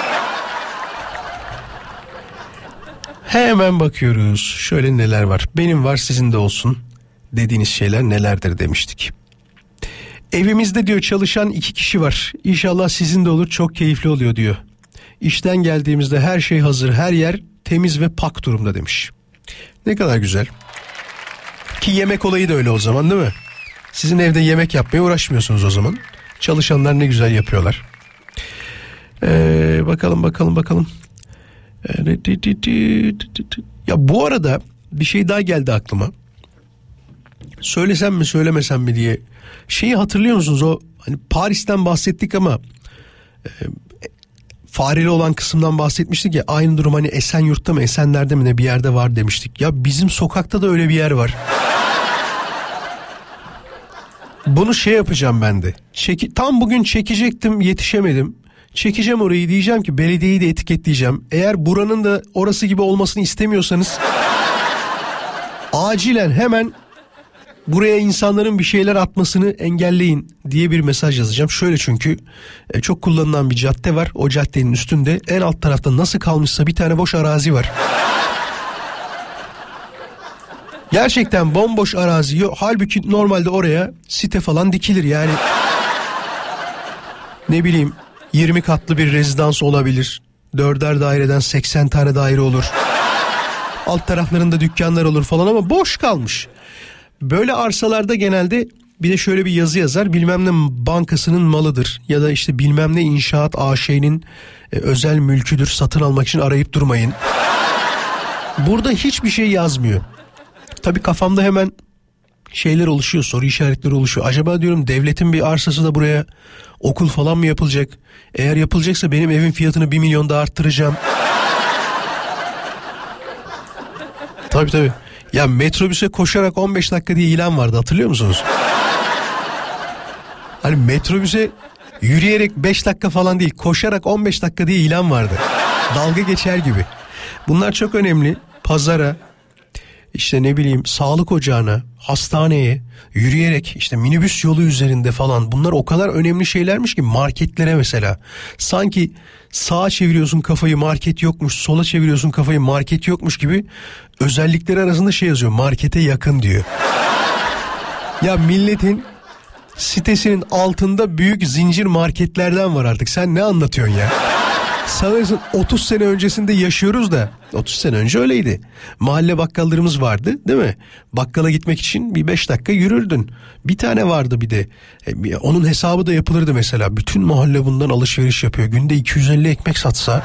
Hemen bakıyoruz. Şöyle neler var. Benim var, sizin de olsun dediğiniz şeyler nelerdir demiştik. Evimizde diyor çalışan iki kişi var. İnşallah sizin de olur, çok keyifli oluyor diyor. İşten geldiğimizde her şey hazır, her yer temiz ve pak durumda demiş. Ne kadar güzel. Ki yemek olayı da öyle o zaman, değil mi? Sizin evde yemek yapmaya uğraşmıyorsunuz o zaman. Çalışanlar ne güzel yapıyorlar. Ee, bakalım bakalım bakalım. Ya bu arada bir şey daha geldi aklıma. Söylesem mi söylemesem mi diye. Şeyi hatırlıyor musunuz, o hani Paris'ten bahsettik ama e, fareli olan kısımdan bahsetmiştik ya, aynı durum hani Esenyurt'ta mı Esenler'de mi ne bir yerde var demiştik. Ya bizim sokakta da öyle bir yer var. Bunu şey yapacağım ben de. Çeki, tam bugün çekecektim, yetişemedim. Çekeceğim orayı, diyeceğim ki belediyeyi de etiketleyeceğim. Eğer buranın da orası gibi olmasını istemiyorsanız acilen hemen buraya insanların bir şeyler atmasını engelleyin diye bir mesaj yazacağım. Şöyle, çünkü çok kullanılan bir cadde var. O caddenin üstünde en alt tarafta nasıl kalmışsa bir tane boş arazi var. Gerçekten bomboş arazi yok. Halbuki normalde oraya site falan dikilir yani. Ne bileyim, yirmi katlı bir rezidans olabilir. Dörder daireden seksen tane daire olur. Alt taraflarında dükkanlar olur falan ama boş kalmış. Böyle arsalarda genelde bir de şöyle bir yazı yazar. Bilmem ne bankasının malıdır ya da işte bilmem ne inşaat A Ş'nin e, özel mülküdür, satın almak için arayıp durmayın. Burada hiçbir şey yazmıyor. Tabii kafamda hemen şeyler oluşuyor, soru işaretleri oluşuyor. Acaba diyorum, devletin bir arsası da buraya okul falan mı yapılacak? Eğer yapılacaksa benim evin fiyatını bir milyon da arttıracağım. Tabii tabii. Ya metrobüse koşarak on beş dakika diye ilan vardı, hatırlıyor musunuz? Hani metrobüse yürüyerek beş dakika falan değil, koşarak on beş dakika diye ilan vardı. Dalga geçer gibi. Bunlar çok önemli. Pazara, işte ne bileyim sağlık ocağına, hastaneye yürüyerek, işte minibüs yolu üzerinde falan, bunlar o kadar önemli şeylermiş ki, marketlere mesela. Sanki sağa çeviriyorsun kafayı market yokmuş, sola çeviriyorsun kafayı market yokmuş gibi özellikleri arasında şey yazıyor, markete yakın diyor. Ya milletin sitesinin altında büyük zincir marketlerden var artık, sen ne anlatıyorsun ya? Sanırsın otuz sene öncesinde yaşıyoruz da, otuz sene önce öyleydi. Mahalle bakkallarımız vardı, değil mi? Bakkala gitmek için bir beş dakika yürürdün. Bir tane vardı bir de. E, onun hesabı da yapılırdı mesela. Bütün mahalle bundan alışveriş yapıyor. Günde iki yüz elli ekmek satsa.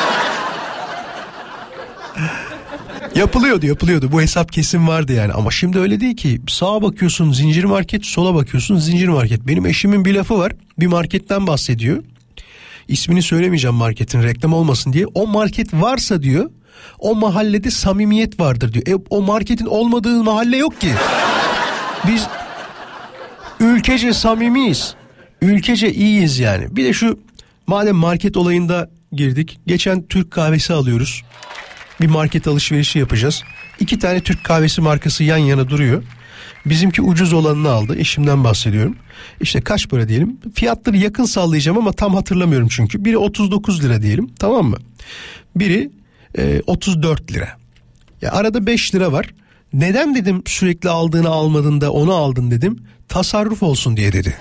Yapılıyordu yapılıyordu. Bu hesap kesin vardı yani. Ama şimdi öyle değil ki. Sağa bakıyorsun zincir market, sola bakıyorsun zincir market. Benim eşimin bir lafı var. Bir marketten bahsediyor. İsmini söylemeyeceğim marketin, reklam olmasın diye. O market varsa diyor, o mahallede samimiyet vardır diyor. E, o marketin olmadığı mahalle yok ki. Biz ülkece samimiyiz. Ülkece iyiyiz yani. Bir de şu, madem market olayında girdik. Geçen Türk kahvesi alıyoruz. Bir market alışverişi yapacağız. İki tane Türk kahvesi markası yan yana duruyor. Bizimki ucuz olanını aldı. Eşimden bahsediyorum. İşte kaç para diyelim. Fiyatları yakın sallayacağım ama tam hatırlamıyorum çünkü. Biri otuz dokuz lira diyelim, tamam mı? Biri e, otuz dört lira. Ya arada beş lira var. Neden dedim sürekli aldığını almadın da onu aldın dedim. Tasarruf olsun diye dedi.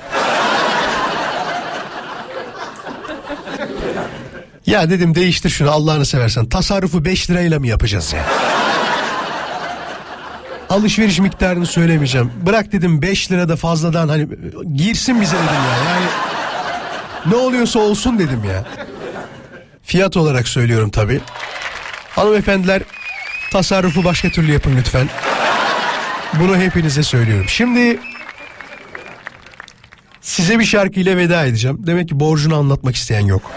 Ya dedim değiştir şunu Allah'ını seversen. Tasarrufu beş lirayla mı yapacağız ya? Alışveriş miktarını söylemeyeceğim. Bırak dedim beş lira da fazladan hani girsin bize dedim ya. Yani ne oluyorsa olsun dedim ya. Fiyat olarak söylüyorum tabii. Hanımefendiler, tasarrufu başka türlü yapın lütfen. Bunu hepinize söylüyorum. Şimdi size bir şarkıyla veda edeceğim. Demek ki borcunu anlatmak isteyen yok.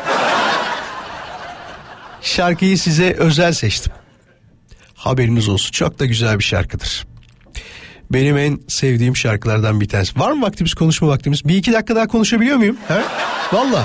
Şarkıyı size özel seçtim. Haberiniz olsun. Çok da güzel bir şarkıdır. Benim en sevdiğim şarkılardan bir tanesi. Var mı vaktimiz, konuşma vaktimiz? Bir iki dakika daha konuşabiliyor muyum? He? Valla.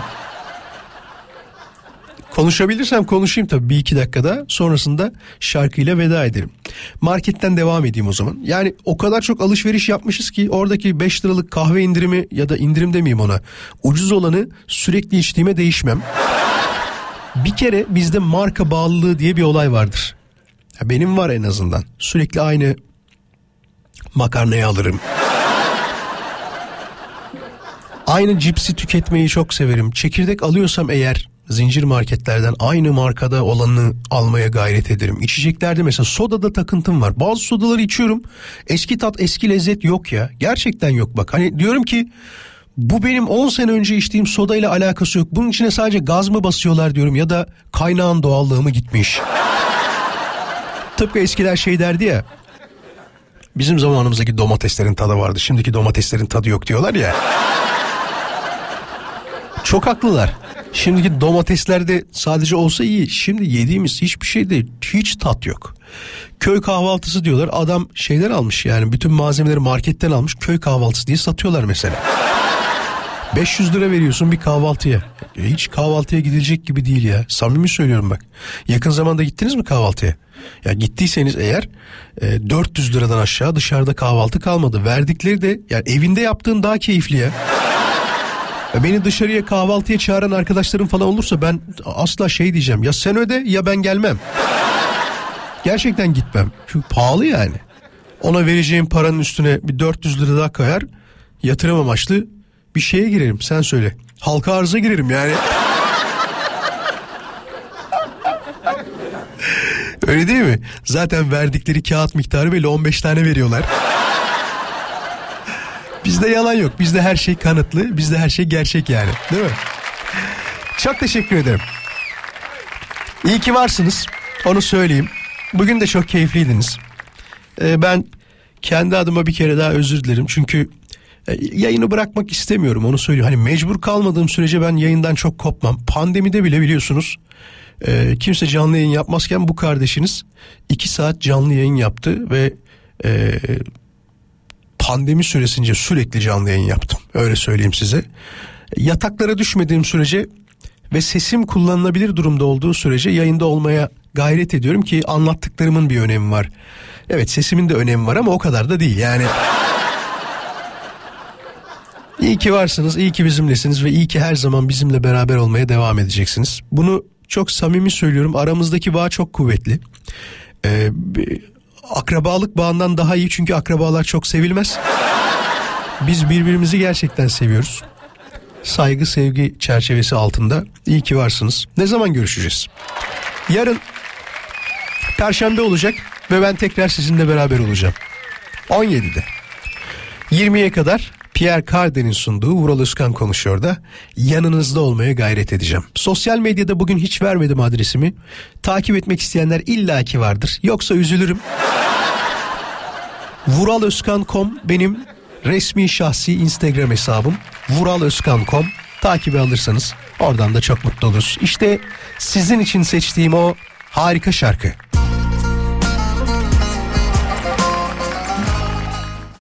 Konuşabilirsem konuşayım tabii bir iki dakikada. Sonrasında şarkıyla veda edelim. Marketten devam edeyim o zaman. Yani o kadar çok alışveriş yapmışız ki oradaki beş liralık kahve indirimi ya da indirim demeyeyim ona. Ucuz olanı sürekli içtiğime değişmem. Bir kere bizde marka bağlılığı diye bir olay vardır. Ya benim var en azından. Sürekli aynı makarnayı alırım. Aynı cipsi tüketmeyi çok severim. Çekirdek alıyorsam eğer zincir marketlerden aynı markada olanı almaya gayret ederim. İçeceklerde mesela sodada takıntım var. Bazı sodaları içiyorum. Eski tat, eski lezzet yok ya. Gerçekten yok bak. Hani diyorum ki bu benim on sene önce içtiğim soda ile alakası yok. Bunun içine sadece gaz mı basıyorlar diyorum ya da kaynağın doğallığı mı gitmiş? Tıpkı eskiler şey derdi ya. Bizim zamanımızdaki domateslerin tadı vardı. Şimdiki domateslerin tadı yok diyorlar ya. Çok haklılar. Şimdiki domateslerde sadece olsa iyi. Şimdi yediğimiz hiçbir şeyde hiç tat yok. Köy kahvaltısı diyorlar. Adam şeyden almış yani bütün malzemeleri marketten almış. Köy kahvaltısı diye satıyorlar mesela. beş yüz lira veriyorsun bir kahvaltıya. Hiç kahvaltıya gidilecek gibi değil ya. Samimi söylüyorum bak. Yakın zamanda gittiniz mi kahvaltıya? Ya gittiyseniz eğer e, dört yüz liradan aşağı dışarıda kahvaltı kalmadı. Verdikleri de yani evinde yaptığın daha keyifli ya. Ya beni dışarıya kahvaltıya çağıran arkadaşlarım falan olursa ben asla şey diyeceğim. Ya sen öde ya ben gelmem. Gerçekten gitmem. Çünkü pahalı yani. Ona vereceğim paranın üstüne bir dört yüz lira daha koyar. Yatırım amaçlı bir şeye girerim, sen söyle. Halka arıza girerim yani. Öyle değil mi? Zaten verdikleri kağıt miktarı belli, on beş tane veriyorlar. Bizde yalan yok. Bizde her şey kanıtlı. Bizde her şey gerçek yani. Değil mi? Çok teşekkür ederim. İyi ki varsınız. Onu söyleyeyim. Bugün de çok keyifliydiniz. Ee, ben kendi adıma bir kere daha özür dilerim. Çünkü yayını bırakmak istemiyorum, onu söylüyorum. Hani mecbur kalmadığım sürece ben yayından çok kopmam. Pandemide bile biliyorsunuz e, kimse canlı yayın yapmazken bu kardeşiniz iki saat canlı yayın yaptı ve e, pandemi süresince sürekli canlı yayın yaptım. Öyle söyleyeyim size. Yataklara düşmediğim sürece ve sesim kullanılabilir durumda olduğu sürece yayında olmaya gayret ediyorum ki anlattıklarımın bir önemi var. Evet, sesimin de önemi var ama o kadar da değil yani. İyi ki varsınız, iyi ki bizimlesiniz ve iyi ki her zaman bizimle beraber olmaya devam edeceksiniz. Bunu çok samimi söylüyorum, aramızdaki bağ çok kuvvetli. Ee, akrabalık bağından daha iyi çünkü akrabalar çok sevilmez. Biz birbirimizi gerçekten seviyoruz. Saygı, sevgi çerçevesi altında iyi ki varsınız. Ne zaman görüşeceğiz? Yarın Perşembe olacak ve ben tekrar sizinle beraber olacağım. on yedide. yirmiye kadar Pierre Cardin'in sunduğu Vural Özkan Konuşuyor da yanınızda olmaya gayret edeceğim. Sosyal medyada bugün hiç vermedim adresimi. Takip etmek isteyenler illaki vardır. Yoksa üzülürüm. vural özkan nokta com benim resmi şahsi Instagram hesabım. vural özkan nokta com. takibi alırsanız oradan da çok mutlu oluruz. İşte sizin için seçtiğim o harika şarkı.